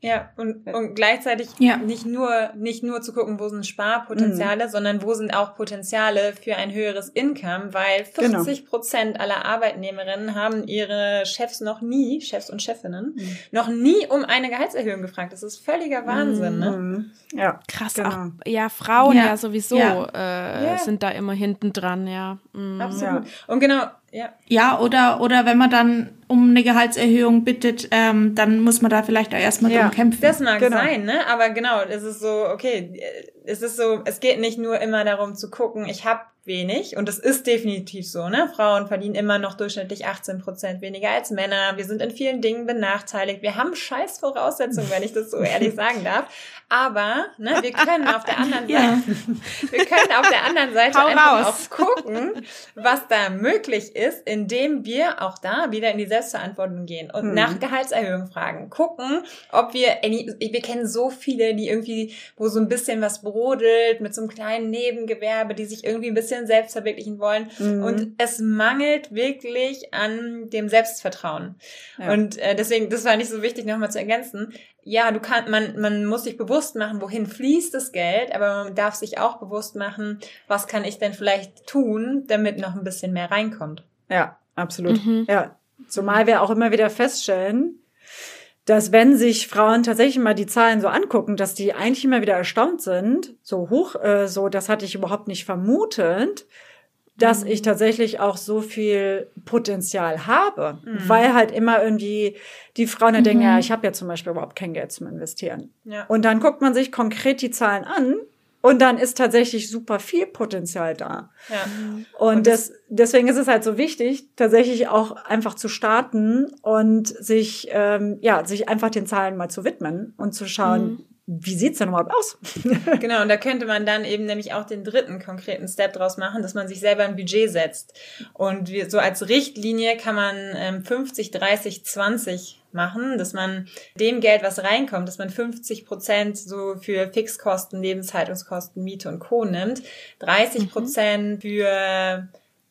Ja, und, und gleichzeitig ja. nicht nur nicht nur zu gucken, wo sind Sparpotenziale, mhm. sondern wo sind auch Potenziale für ein höheres Income, weil vierzig Prozent genau. aller Arbeitnehmerinnen haben ihre Chefs noch nie, Chefs und Chefinnen, mhm. noch nie um eine Gehaltserhöhung gefragt. Das ist völliger Wahnsinn, mhm. ne? Ja, krass. Genau. Auch, ja, Frauen ja, ja sowieso ja. Äh, ja. sind da immer hinten dran, ja. Mhm. Absolut. Ja. Und genau, ja. Ja, oder, oder wenn man dann um eine Gehaltserhöhung bittet, ähm, dann muss man da vielleicht auch erstmal ja. drum kämpfen. Das mag genau. sein, ne? Aber genau, es ist so, okay, es ist so, es geht nicht nur immer darum zu gucken, ich habe wenig, und das ist definitiv so, ne? Frauen verdienen immer noch durchschnittlich achtzehn Prozent weniger als Männer. Wir sind in vielen Dingen benachteiligt. Wir haben scheiß Voraussetzungen, wenn ich das so ehrlich sagen darf. Aber, ne, wir können auf der anderen ja. Seite, wir können auf der anderen Seite Hau einfach raus. auch gucken, was da möglich ist, indem wir auch da wieder in die Selbstverantwortung gehen und hm. nach Gehaltserhöhung fragen. Gucken, ob wir, wir kennen so viele, die irgendwie, wo so ein bisschen was brodelt, mit so einem kleinen Nebengewerbe, die sich irgendwie ein bisschen selbst verwirklichen wollen. Mhm. Und es mangelt wirklich an dem Selbstvertrauen. Ja. Und äh, deswegen, das war nicht so wichtig, nochmal zu ergänzen. Ja, du kannst, man, man muss sich bewusst machen, wohin fließt das Geld, aber man darf sich auch bewusst machen, was kann ich denn vielleicht tun, damit noch ein bisschen mehr reinkommt. Ja, absolut. Mhm. Ja, zumal wir auch immer wieder feststellen, dass wenn sich Frauen tatsächlich mal die Zahlen so angucken, dass die eigentlich immer wieder erstaunt sind, so hoch, äh, so, das hatte ich überhaupt nicht vermutet, dass mhm. ich tatsächlich auch so viel Potenzial habe, mhm. weil halt immer irgendwie die Frauen dann mhm. denken, ja, ich habe ja zum Beispiel überhaupt kein Geld zum Investieren. Ja. Und dann guckt man sich konkret die Zahlen an. Und dann ist tatsächlich super viel Potenzial da. Ja. Und, und das, deswegen ist es halt so wichtig, tatsächlich auch einfach zu starten und sich, ähm, ja, sich einfach den Zahlen mal zu widmen und zu schauen, mhm. wie sieht's denn überhaupt aus? Genau, und da könnte man dann eben nämlich auch den dritten konkreten Step draus machen, dass man sich selber ein Budget setzt. Und wir, so als Richtlinie kann man ähm, fünfzig, dreißig, zwanzig machen, dass man dem Geld, was reinkommt, dass man fünfzig Prozent so für Fixkosten, Lebenshaltungskosten, Miete und Co. nimmt, dreißig Prozent mhm. für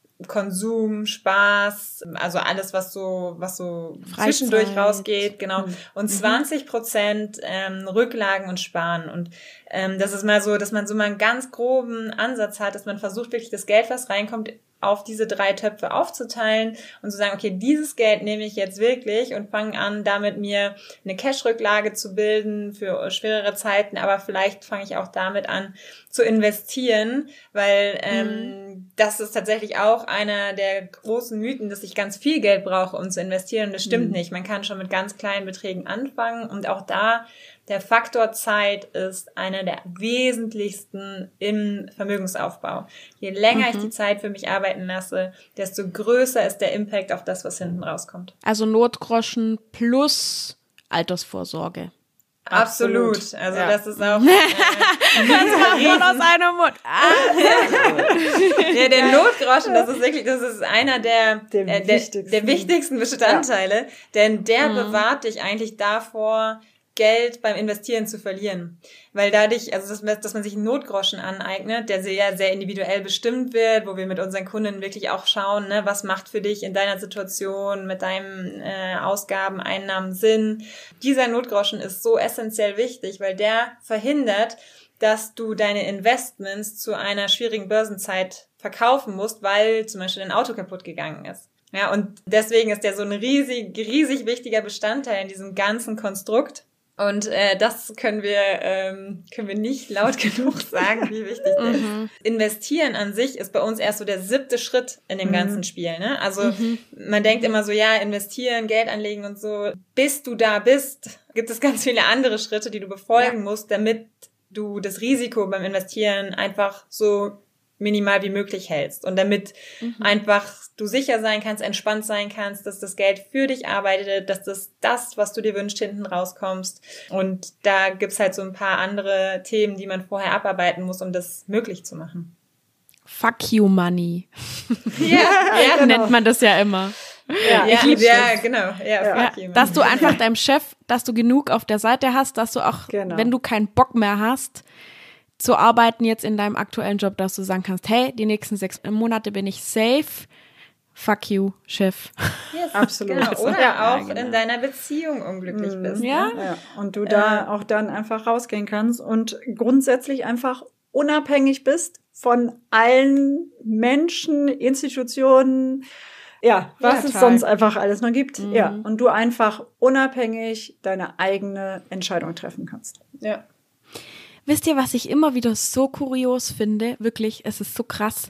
Konsum, Spaß, also alles, was so, was so Freizeit. Zwischendurch rausgeht, genau. Mhm. Und zwanzig Prozent ähm, Rücklagen und Sparen. Und ähm, das ist mal so, dass man so mal einen ganz groben Ansatz hat, dass man versucht, wirklich das Geld, was reinkommt, auf diese drei Töpfe aufzuteilen und zu sagen, okay, dieses Geld nehme ich jetzt wirklich und fange an, damit mir eine Cash-Rücklage zu bilden für schwerere Zeiten, aber vielleicht fange ich auch damit an zu investieren, weil ähm, mhm. das ist tatsächlich auch einer der großen Mythen, dass ich ganz viel Geld brauche, um zu investieren, und das stimmt mhm. nicht. Man kann schon mit ganz kleinen Beträgen anfangen, und auch da der Faktor Zeit ist einer der wesentlichsten im Vermögensaufbau. Je länger mhm. ich die Zeit für mich arbeiten lasse, desto größer ist der Impact auf das, was hinten rauskommt. Also Notgroschen plus Altersvorsorge. Absolut. Absolut. Also ja. das ist auch... Äh, das macht man aus einem Mund. Ah. Ja, der Notgroschen, das ist wirklich, das ist einer der, der, äh, der, wichtigsten. der wichtigsten Bestandteile, ja. denn der mhm. bewahrt dich eigentlich davor, Geld beim Investieren zu verlieren. Weil dadurch, also dass, dass man sich einen Notgroschen aneignet, der sehr, sehr individuell bestimmt wird, wo wir mit unseren Kunden wirklich auch schauen, ne, was macht für dich in deiner Situation mit deinem äh, Ausgaben, Einnahmen Sinn. Dieser Notgroschen ist so essentiell wichtig, weil der verhindert, dass du deine Investments zu einer schwierigen Börsenzeit verkaufen musst, weil zum Beispiel dein Auto kaputt gegangen ist. Ja, und deswegen ist der so ein riesig, riesig wichtiger Bestandteil in diesem ganzen Konstrukt. Und äh, das können wir ähm, können wir nicht laut genug sagen, wie wichtig der mhm. ist. Investieren an sich ist bei uns erst so der siebte Schritt in dem mhm. ganzen Spiel. Ne? Also mhm. man denkt immer so, ja, investieren, Geld anlegen und so. Bis du da bist, gibt es ganz viele andere Schritte, die du befolgen ja. musst, damit du das Risiko beim Investieren einfach so minimal wie möglich hältst. Und damit mhm. einfach du sicher sein kannst, entspannt sein kannst, dass das Geld für dich arbeitet, dass das das, was du dir wünschst, hinten rauskommst. Und da gibt's halt so ein paar andere Themen, die man vorher abarbeiten muss, um das möglich zu machen. Fuck you money. Ja, ja genau. Nennt man das ja immer. Ja, ja, ja genau. Ja, ja, fuck you, dass du einfach deinem Chef, dass du genug auf der Seite hast, dass du auch, genau. wenn du keinen Bock mehr hast, zu arbeiten jetzt in deinem aktuellen Job, dass du sagen kannst, hey, die nächsten sechs Monate bin ich safe, fuck you, Chef. Yes, absolut. Genau. Oder ja, auch genau. in deiner Beziehung unglücklich bist. Ja. Ne? ja. Und du da äh. auch dann einfach rausgehen kannst und grundsätzlich einfach unabhängig bist von allen Menschen, Institutionen, ja, was ja, es sonst einfach alles noch gibt. Mhm. Ja, und du einfach unabhängig deine eigene Entscheidung treffen kannst. Ja. Wisst ihr, was ich immer wieder so kurios finde? Wirklich, es ist so krass.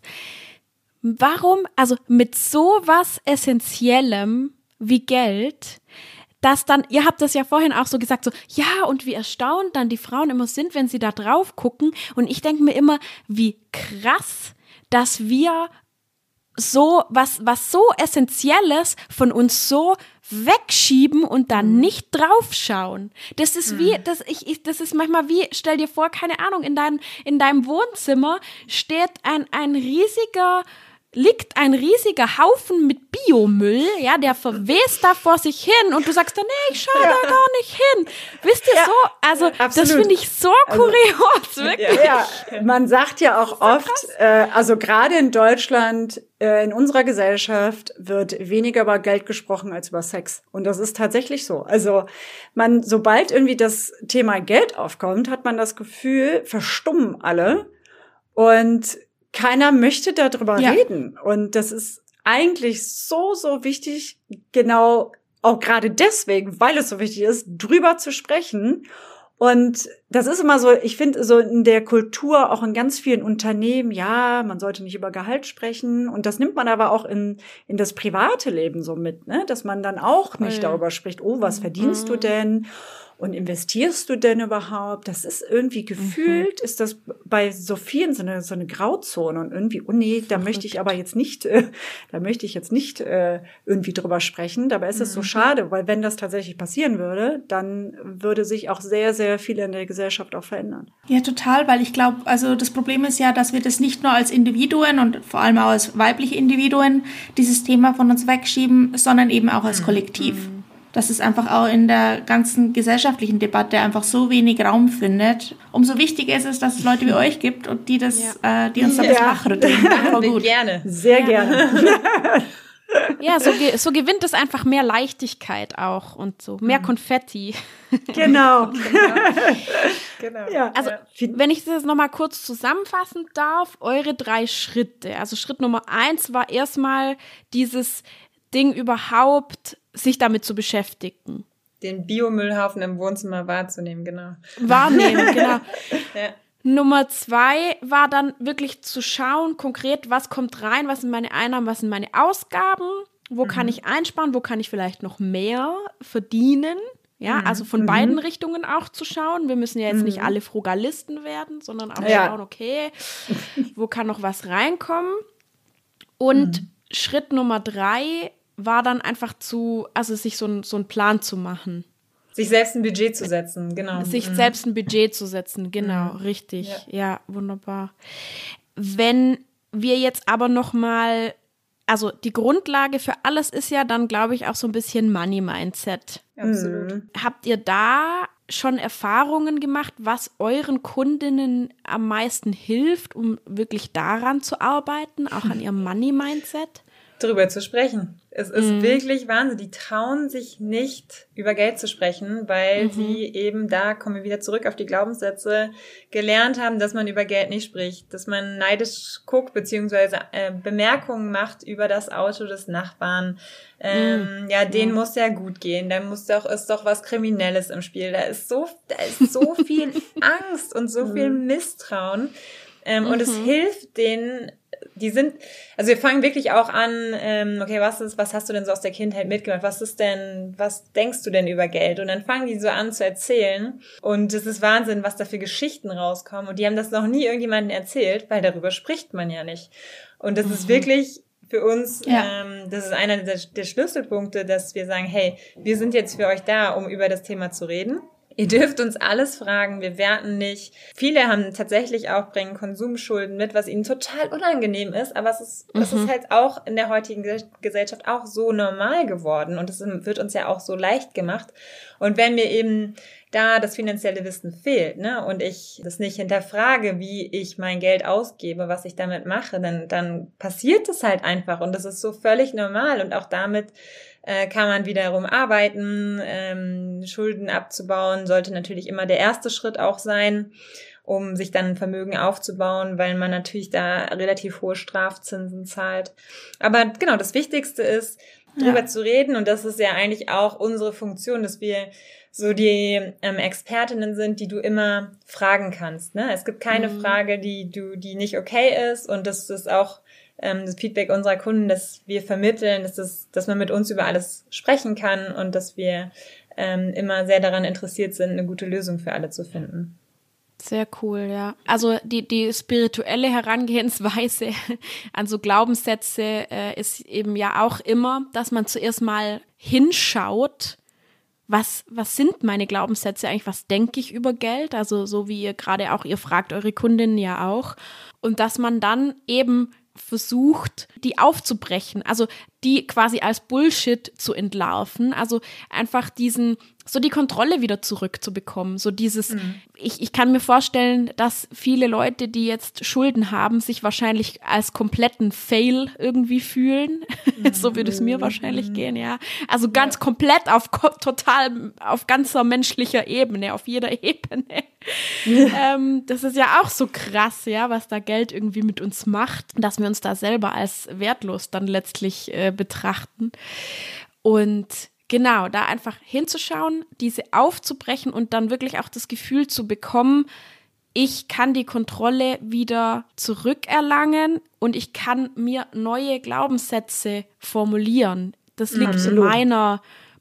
Warum, also mit so was Essentiellem wie Geld, dass dann, ihr habt das ja vorhin auch so gesagt, so, ja, und wie erstaunt dann die Frauen immer sind, wenn sie da drauf gucken. Und ich denke mir immer, wie krass, dass wir so, was, was so Essentielles von uns so wegschieben und dann nicht draufschauen. Das ist wie, das, ich, ich, das ist manchmal wie, stell dir vor, keine Ahnung, in dein, in deinem Wohnzimmer steht ein, ein riesiger, liegt ein riesiger Haufen mit Biomüll, ja, der verwest da vor sich hin und du sagst dann, nee, ich schau ja. da gar nicht hin. Wisst ihr ja, so? Also, absolut. Das finde ich so kurios, also, wirklich. Ja, man sagt ja auch oft, äh, also gerade in Deutschland, äh, in unserer Gesellschaft wird weniger über Geld gesprochen als über Sex. Und das ist tatsächlich so. Also, man, sobald irgendwie das Thema Geld aufkommt, hat man das Gefühl, verstummen alle und keiner möchte darüber ja. reden. Und das ist eigentlich so, so wichtig, genau auch gerade deswegen, weil es so wichtig ist, drüber zu sprechen. Und das ist immer so, ich finde so in der Kultur, auch in ganz vielen Unternehmen, ja, man sollte nicht über Gehalt sprechen. Und das nimmt man aber auch in in das private Leben so mit, ne, dass man dann auch nicht ja. darüber spricht, oh, was verdienst mhm. du denn? Und investierst du denn überhaupt? Das ist irgendwie gefühlt, mhm. ist das bei so vielen so eine, so eine Grauzone und irgendwie, oh nee, da möchte ich aber jetzt nicht, äh, da möchte ich jetzt nicht äh, irgendwie drüber sprechen. Dabei ist es mhm. so schade, weil wenn das tatsächlich passieren würde, dann würde sich auch sehr, sehr viel in der Gesellschaft auch verändern. Ja, total, weil ich glaube, also das Problem ist ja, dass wir das nicht nur als Individuen und vor allem auch als weibliche Individuen dieses Thema von uns wegschieben, sondern eben auch als Kollektiv. Mhm. Dass es einfach auch in der ganzen gesellschaftlichen Debatte einfach so wenig Raum findet. Umso wichtiger ist es, dass es Leute wie euch gibt und die das, ja. äh, die uns da ja. wachrütteln. Voll gut. Gerne. Sehr ja. gerne. Ja, so, ge- so gewinnt es einfach mehr Leichtigkeit auch und so mehr Konfetti. Genau. genau. Ja. Also, wenn ich das nochmal kurz zusammenfassen darf, eure drei Schritte. Also Schritt Nummer eins war erstmal dieses Ding überhaupt, sich damit zu beschäftigen. Den Biomüllhaufen im Wohnzimmer wahrzunehmen, genau. Wahrnehmen, genau. ja. Nummer zwei war dann wirklich zu schauen, konkret, was kommt rein, was sind meine Einnahmen, was sind meine Ausgaben, wo mhm. kann ich einsparen, wo kann ich vielleicht noch mehr verdienen. Ja, mhm. also von mhm. beiden Richtungen auch zu schauen. Wir müssen ja jetzt mhm. nicht alle Frugalisten werden, sondern auch ja. schauen, okay, wo kann noch was reinkommen. Und mhm. Schritt Nummer drei war dann einfach zu, also sich so, ein, so einen Plan zu machen. Sich selbst ein Budget zu setzen, genau. Sich mhm. selbst ein Budget zu setzen, genau, mhm. richtig. Ja. ja, wunderbar. Wenn wir jetzt aber noch mal, also die Grundlage für alles ist ja dann, glaube ich, auch so ein bisschen Money-Mindset. Absolut. Mhm. Habt ihr da schon Erfahrungen gemacht, was euren Kundinnen am meisten hilft, um wirklich daran zu arbeiten, auch an ihrem Money-Mindset? Drüber zu sprechen. Es ist mhm. wirklich Wahnsinn. Die trauen sich nicht, über Geld zu sprechen, weil mhm. sie eben, da kommen wir wieder zurück auf die Glaubenssätze, gelernt haben, dass man über Geld nicht spricht, dass man neidisch guckt, beziehungsweise äh, Bemerkungen macht über das Auto des Nachbarn. Ähm, mhm. Ja, denen mhm. muss ja gut gehen. Da muss doch, ist doch was Kriminelles im Spiel. Da ist so, da ist so viel Angst und so viel Misstrauen. Ähm, mhm. Und es hilft denen, die sind, also wir fangen wirklich auch an, ähm, okay, was ist, was hast du denn so aus der Kindheit mitgemacht? Was ist denn, was denkst du denn über Geld? Und dann fangen die so an zu erzählen. Und es ist Wahnsinn, was da für Geschichten rauskommen. Und die haben das noch nie irgendjemandem erzählt, weil darüber spricht man ja nicht. Und das mhm. ist wirklich für uns, ja. ähm, das ist einer der, der Schlüsselpunkte, dass wir sagen, hey, wir sind jetzt für euch da, um über das Thema zu reden. Ihr dürft uns alles fragen, wir werten nicht. Viele haben tatsächlich auch, bringen Konsumschulden mit, was ihnen total unangenehm ist, aber es ist, mhm. es ist halt auch in der heutigen Gesellschaft auch so normal geworden und es wird uns ja auch so leicht gemacht. Und wenn mir eben da das finanzielle Wissen fehlt, ne, und ich das nicht hinterfrage, wie ich mein Geld ausgebe, was ich damit mache, dann, dann passiert es halt einfach und das ist so völlig normal und auch damit äh, kann man wiederum arbeiten, ähm, Schulden abzubauen, sollte natürlich immer der erste Schritt auch sein, um sich dann ein Vermögen aufzubauen, weil man natürlich da relativ hohe Strafzinsen zahlt. Aber genau, das Wichtigste ist, drüber ja. zu reden und das ist ja eigentlich auch unsere Funktion, dass wir so die ähm, Expertinnen sind, die du immer fragen kannst. Ne? Es gibt keine mhm. Frage, die du, die nicht okay ist und das ist auch ähm, das Feedback unserer Kunden, dass wir vermitteln, dass, das, dass man mit uns über alles sprechen kann und dass wir ähm, immer sehr daran interessiert sind, eine gute Lösung für alle zu finden. Sehr cool, ja. Also die, die spirituelle Herangehensweise an so Glaubenssätze äh, ist eben ja auch immer, dass man zuerst mal hinschaut, was, was sind meine Glaubenssätze eigentlich, was denke ich über Geld, also so wie ihr gerade auch, ihr fragt eure Kundinnen ja auch, und dass man dann eben versucht, die aufzubrechen, also die quasi als Bullshit zu entlarven, also einfach diesen, so die Kontrolle wieder zurückzubekommen, so dieses, mhm. ich, ich kann mir vorstellen, dass viele Leute, die jetzt Schulden haben, sich wahrscheinlich als kompletten Fail irgendwie fühlen, mhm. so würde es mir wahrscheinlich mhm. gehen, ja, also ganz ja. komplett auf, total, auf ganzer menschlicher Ebene, auf jeder Ebene. Ja. Ähm, das ist ja auch so krass, ja, was da Geld irgendwie mit uns macht, dass wir uns da selber als wertlos dann letztlich äh, betrachten. Und genau, da einfach hinzuschauen, diese aufzubrechen und dann wirklich auch das Gefühl zu bekommen, ich kann die Kontrolle wieder zurückerlangen und ich kann mir neue Glaubenssätze formulieren. Das liegt in meiner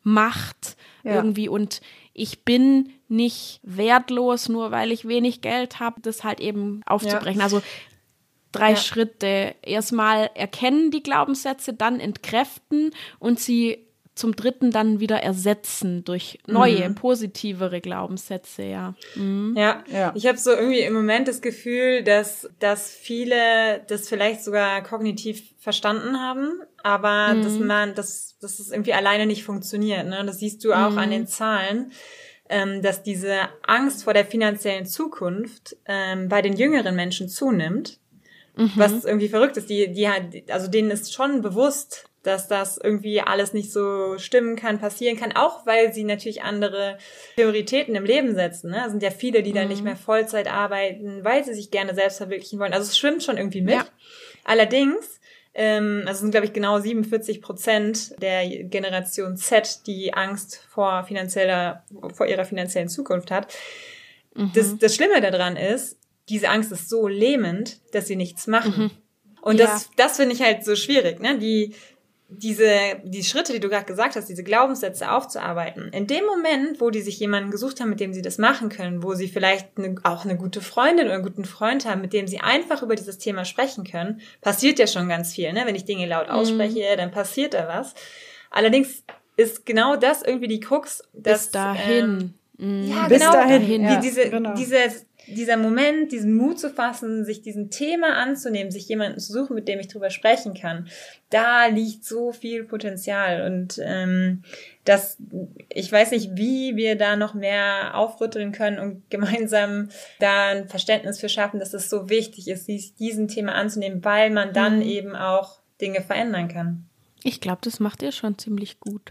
Macht ja. irgendwie und ich bin nicht wertlos, nur weil ich wenig Geld habe, das halt eben aufzubrechen. Ja. Also drei ja. Schritte. Erstmal erkennen die Glaubenssätze, dann entkräften und sie zum dritten dann wieder ersetzen durch neue, mhm. positivere Glaubenssätze, ja. Mhm. Ja, ja. Ich habe so irgendwie im Moment das Gefühl, dass, dass viele das vielleicht sogar kognitiv verstanden haben, aber mhm. dass man, dass, dass es irgendwie alleine nicht funktioniert, ne? Das siehst du auch mhm. an den Zahlen, ähm, dass diese Angst vor der finanziellen Zukunft ähm, bei den jüngeren Menschen zunimmt, mhm. was irgendwie verrückt ist. Die, die, also denen ist schon bewusst, dass das irgendwie alles nicht so stimmen kann, passieren kann, auch weil sie natürlich andere Prioritäten im Leben setzen. Ne? Es sind ja viele, die mhm. dann nicht mehr Vollzeit arbeiten, weil sie sich gerne selbst verwirklichen wollen. Also es schwimmt schon irgendwie mit. Ja. Allerdings, ähm, also es sind, glaube ich, genau siebenundvierzig Prozent der Generation Z, die Angst vor finanzieller, vor ihrer finanziellen Zukunft hat. Mhm. Das, das Schlimme daran ist, diese Angst ist so lähmend, dass sie nichts machen. Mhm. Und ja. das, das finde ich halt so schwierig, ne? Die, diese, die Schritte, die du gerade gesagt hast, diese Glaubenssätze aufzuarbeiten. In dem Moment, wo die sich jemanden gesucht haben, mit dem sie das machen können, wo sie vielleicht eine, auch eine gute Freundin oder einen guten Freund haben, mit dem sie einfach über dieses Thema sprechen können, passiert ja schon ganz viel, ne? Wenn ich Dinge laut ausspreche, mhm. dann passiert da was. Allerdings ist genau das irgendwie die Krux, dass, bis dahin. Ähm, mhm. ja, bis genau, dahin, ja, die, diese, genau. diese, dieser Moment, diesen Mut zu fassen, sich diesem Thema anzunehmen, sich jemanden zu suchen, mit dem ich drüber sprechen kann, da liegt so viel Potenzial und ähm, das, ich weiß nicht, wie wir da noch mehr aufrütteln können und gemeinsam da ein Verständnis für schaffen, dass es so wichtig ist, sich diesem Thema anzunehmen, weil man dann mhm. eben auch Dinge verändern kann. Ich glaube, das macht ihr schon ziemlich gut.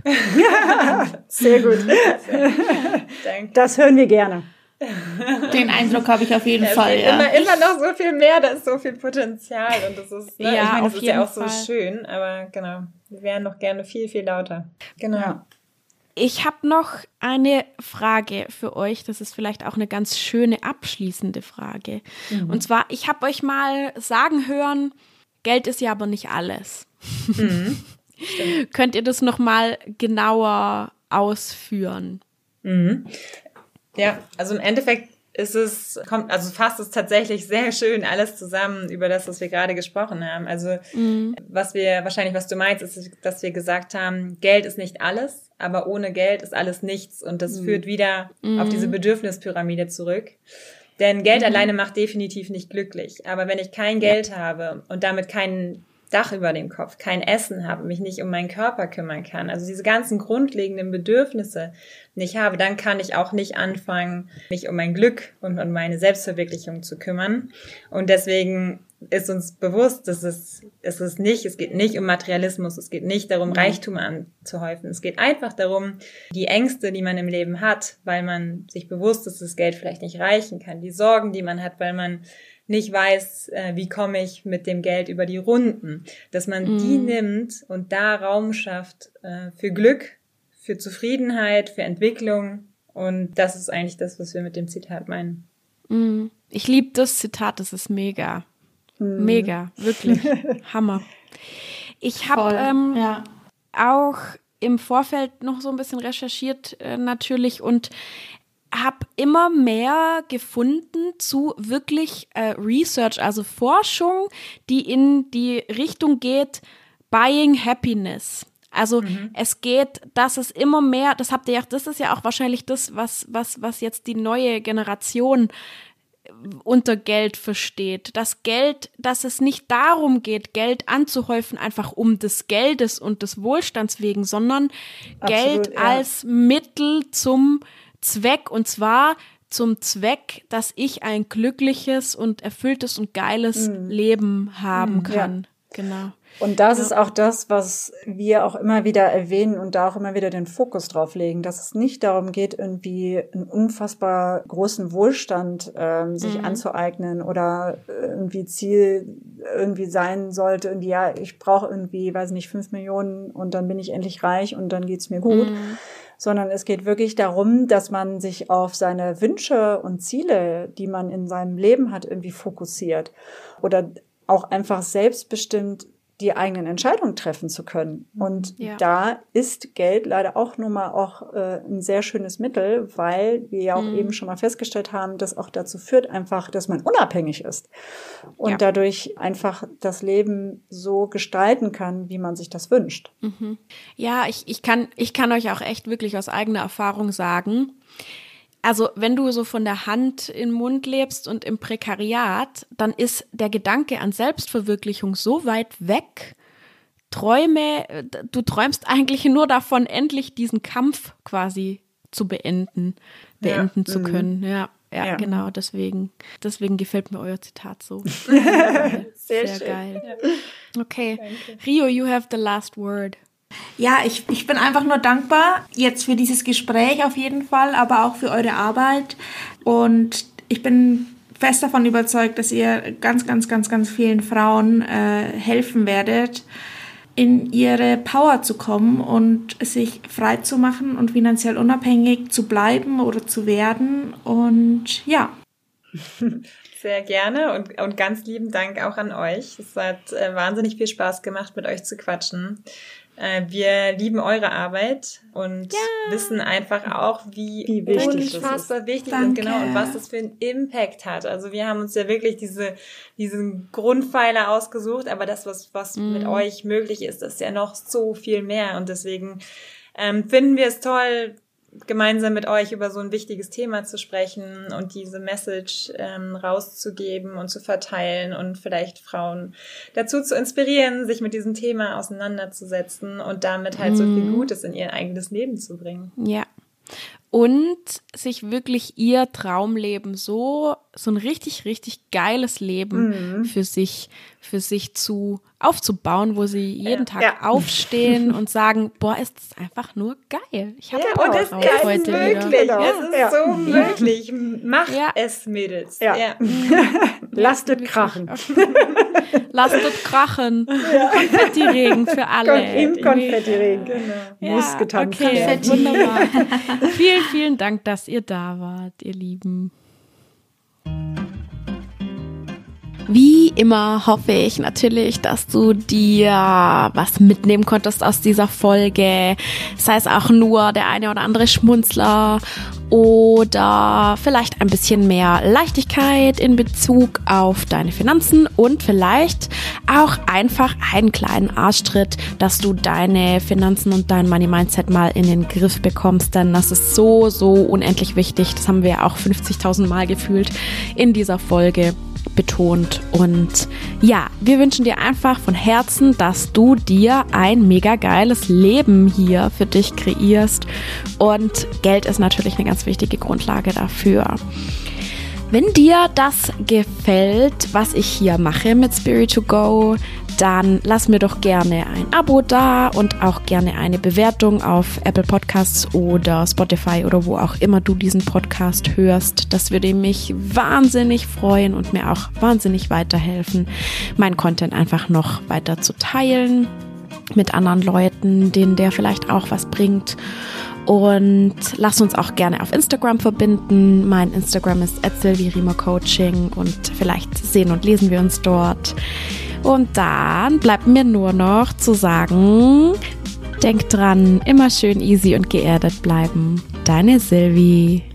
Sehr gut. Danke. Das hören wir gerne. Den Eindruck habe ich auf jeden ja, Fall. Ja. Immer, immer noch so viel mehr, da ist so viel Potenzial und das ist, ne, ja, ich meine, das auf ist jeden ja auch Fall. so schön, aber genau, wir wären noch gerne viel, viel lauter. Genau. Ja. Ich habe noch eine Frage für euch, das ist vielleicht auch eine ganz schöne abschließende Frage. Mhm. Und zwar, ich habe euch mal sagen hören, Geld ist ja aber nicht alles. Mhm. Könnt ihr das nochmal genauer ausführen? Mhm. Ja, also im Endeffekt ist es, kommt, also fasst es tatsächlich sehr schön alles zusammen über das, was wir gerade gesprochen haben. Also, mhm. was wir, wahrscheinlich, was du meinst, ist, dass wir gesagt haben, Geld ist nicht alles, aber ohne Geld ist alles nichts. Und das mhm. führt wieder mhm. auf diese Bedürfnispyramide zurück. Denn Geld mhm. alleine macht definitiv nicht glücklich. Aber wenn ich kein Geld ja. habe und damit kein Dach über dem Kopf, kein Essen habe, mich nicht um meinen Körper kümmern kann, also diese ganzen grundlegenden Bedürfnisse nicht habe, dann kann ich auch nicht anfangen, mich um mein Glück und um meine Selbstverwirklichung zu kümmern. Und deswegen ist uns bewusst, dass es, es ist nicht, es geht nicht um Materialismus, es geht nicht darum, Reichtum anzuhäufen. Es geht einfach darum, die Ängste, die man im Leben hat, weil man sich bewusst ist, dass das Geld vielleicht nicht reichen kann, die Sorgen, die man hat, weil man nicht weiß, äh, wie komme ich mit dem Geld über die Runden, dass man mm. die nimmt und da Raum schafft äh, für Glück, für Zufriedenheit, für Entwicklung. Und das ist eigentlich das, was wir mit dem Zitat meinen. Mm. Ich liebe das Zitat, das ist mega. Mm. Mega, wirklich. Hammer. Ich habe ähm, ja. auch im Vorfeld noch so ein bisschen recherchiert äh, natürlich und habe immer mehr gefunden zu wirklich äh, Research, also Forschung, die in die Richtung geht, buying happiness. Also mhm. es geht, dass es immer mehr, das habt ihr ja, das ist ja auch wahrscheinlich das, was, was, was jetzt die neue Generation unter Geld versteht. Das Geld, dass es nicht darum geht, Geld anzuhäufen, einfach um des Geldes und des Wohlstands wegen, sondern Absolut, Geld ja. als Mittel zum Zweck, und zwar zum Zweck, dass ich ein glückliches und erfülltes und geiles mhm. Leben haben kann. Ja. Genau. Und das ja. ist auch das, was wir auch immer wieder erwähnen und da auch immer wieder den Fokus drauf legen, dass es nicht darum geht, irgendwie einen unfassbar großen Wohlstand ähm, sich mhm. anzueignen oder irgendwie Ziel irgendwie sein sollte, irgendwie, ja, ich brauche irgendwie, weiß nicht, fünf Millionen und dann bin ich endlich reich und dann geht's mir gut. Mhm. Sondern es geht wirklich darum, dass man sich auf seine Wünsche und Ziele, die man in seinem Leben hat, irgendwie fokussiert oder auch einfach selbstbestimmt die eigenen Entscheidungen treffen zu können. Und ja. da ist Geld leider auch nun mal auch äh, ein sehr schönes Mittel, weil wir ja auch mhm. eben schon mal festgestellt haben, dass auch dazu führt einfach, dass man unabhängig ist und ja. dadurch einfach das Leben so gestalten kann, wie man sich das wünscht. Mhm. Ja, ich, ich kann, ich kann euch auch echt wirklich aus eigener Erfahrung sagen, also wenn du so von der Hand in den Mund lebst und im Prekariat, dann ist der Gedanke an Selbstverwirklichung so weit weg. Träume, du träumst eigentlich nur davon, endlich diesen Kampf quasi zu beenden, beenden ja. zu können. Ja, ja, ja, genau, deswegen, deswegen gefällt mir euer Zitat so. Sehr, sehr schön. Geil. Ja. Okay, Danke. Rio, you have the last word. Ja, ich, ich bin einfach nur dankbar jetzt für dieses Gespräch auf jeden Fall, aber auch für eure Arbeit. Und ich bin fest davon überzeugt, dass ihr ganz, ganz, ganz, ganz vielen Frauen äh, helfen werdet, in ihre Power zu kommen und sich frei zu machen und finanziell unabhängig zu bleiben oder zu werden. Und ja. Sehr gerne und, und ganz lieben Dank auch an euch. Es hat äh, wahnsinnig viel Spaß gemacht, mit euch zu quatschen. Äh, wir lieben eure Arbeit und ja. wissen einfach auch, wie, wie wichtig unfassbar das ist. wichtig ist genau, und was das für einen Impact hat. Also wir haben uns ja wirklich diese diesen Grundpfeiler ausgesucht, aber das, was, was mm. mit euch möglich ist, ist ja noch so viel mehr. Und deswegen ähm, finden wir es toll, gemeinsam mit euch über so ein wichtiges Thema zu sprechen und diese Message ähm, rauszugeben und zu verteilen und vielleicht Frauen dazu zu inspirieren, sich mit diesem Thema auseinanderzusetzen und damit halt mm. so viel Gutes in ihr eigenes Leben zu bringen. Ja. Und sich wirklich ihr Traumleben so, so ein richtig, richtig geiles Leben mhm. für sich, für sich zu aufzubauen, wo sie jeden ja, Tag ja. aufstehen und sagen, boah, ist das einfach nur geil. Ich habe ja, und es ist heute möglich. Wieder. Ja. Es ist ja. so möglich. Macht ja. es, Mädels. Ja. Ja. Lasst es krachen. Lasst es krachen. Ja. Konfettiregen für alle. Im Konfettiregen. Genau. Ja, muss getankt okay. werden. Wunderbar. Vielen, vielen Dank, dass ihr da wart, ihr Lieben. Wie immer hoffe ich natürlich, dass du dir was mitnehmen konntest aus dieser Folge, sei es auch nur der eine oder andere Schmunzler oder vielleicht ein bisschen mehr Leichtigkeit in Bezug auf deine Finanzen und vielleicht auch einfach einen kleinen Arschtritt, dass du deine Finanzen und dein Money-Mindset mal in den Griff bekommst, denn das ist so, so unendlich wichtig. Das haben wir auch fünfzigtausend Mal gefühlt in dieser Folge betont. Und ja, wir wünschen dir einfach von Herzen, dass du dir ein mega geiles Leben hier für dich kreierst. Und Geld ist natürlich eine ganz wichtige Grundlage dafür. Wenn dir das gefällt, was ich hier mache mit Spirit to Go, dann lass mir doch gerne ein Abo da und auch gerne eine Bewertung auf Apple Podcasts oder Spotify oder wo auch immer du diesen Podcast hörst. Das würde mich wahnsinnig freuen und mir auch wahnsinnig weiterhelfen, meinen Content einfach noch weiter zu teilen mit anderen Leuten, denen der vielleicht auch was bringt. Und lass uns auch gerne auf Instagram verbinden. Mein Instagram ist at sylvie-riemer-coaching und vielleicht sehen und lesen wir uns dort. Und dann bleibt mir nur noch zu sagen, denk dran, immer schön easy und geerdet bleiben. Deine Sylvie.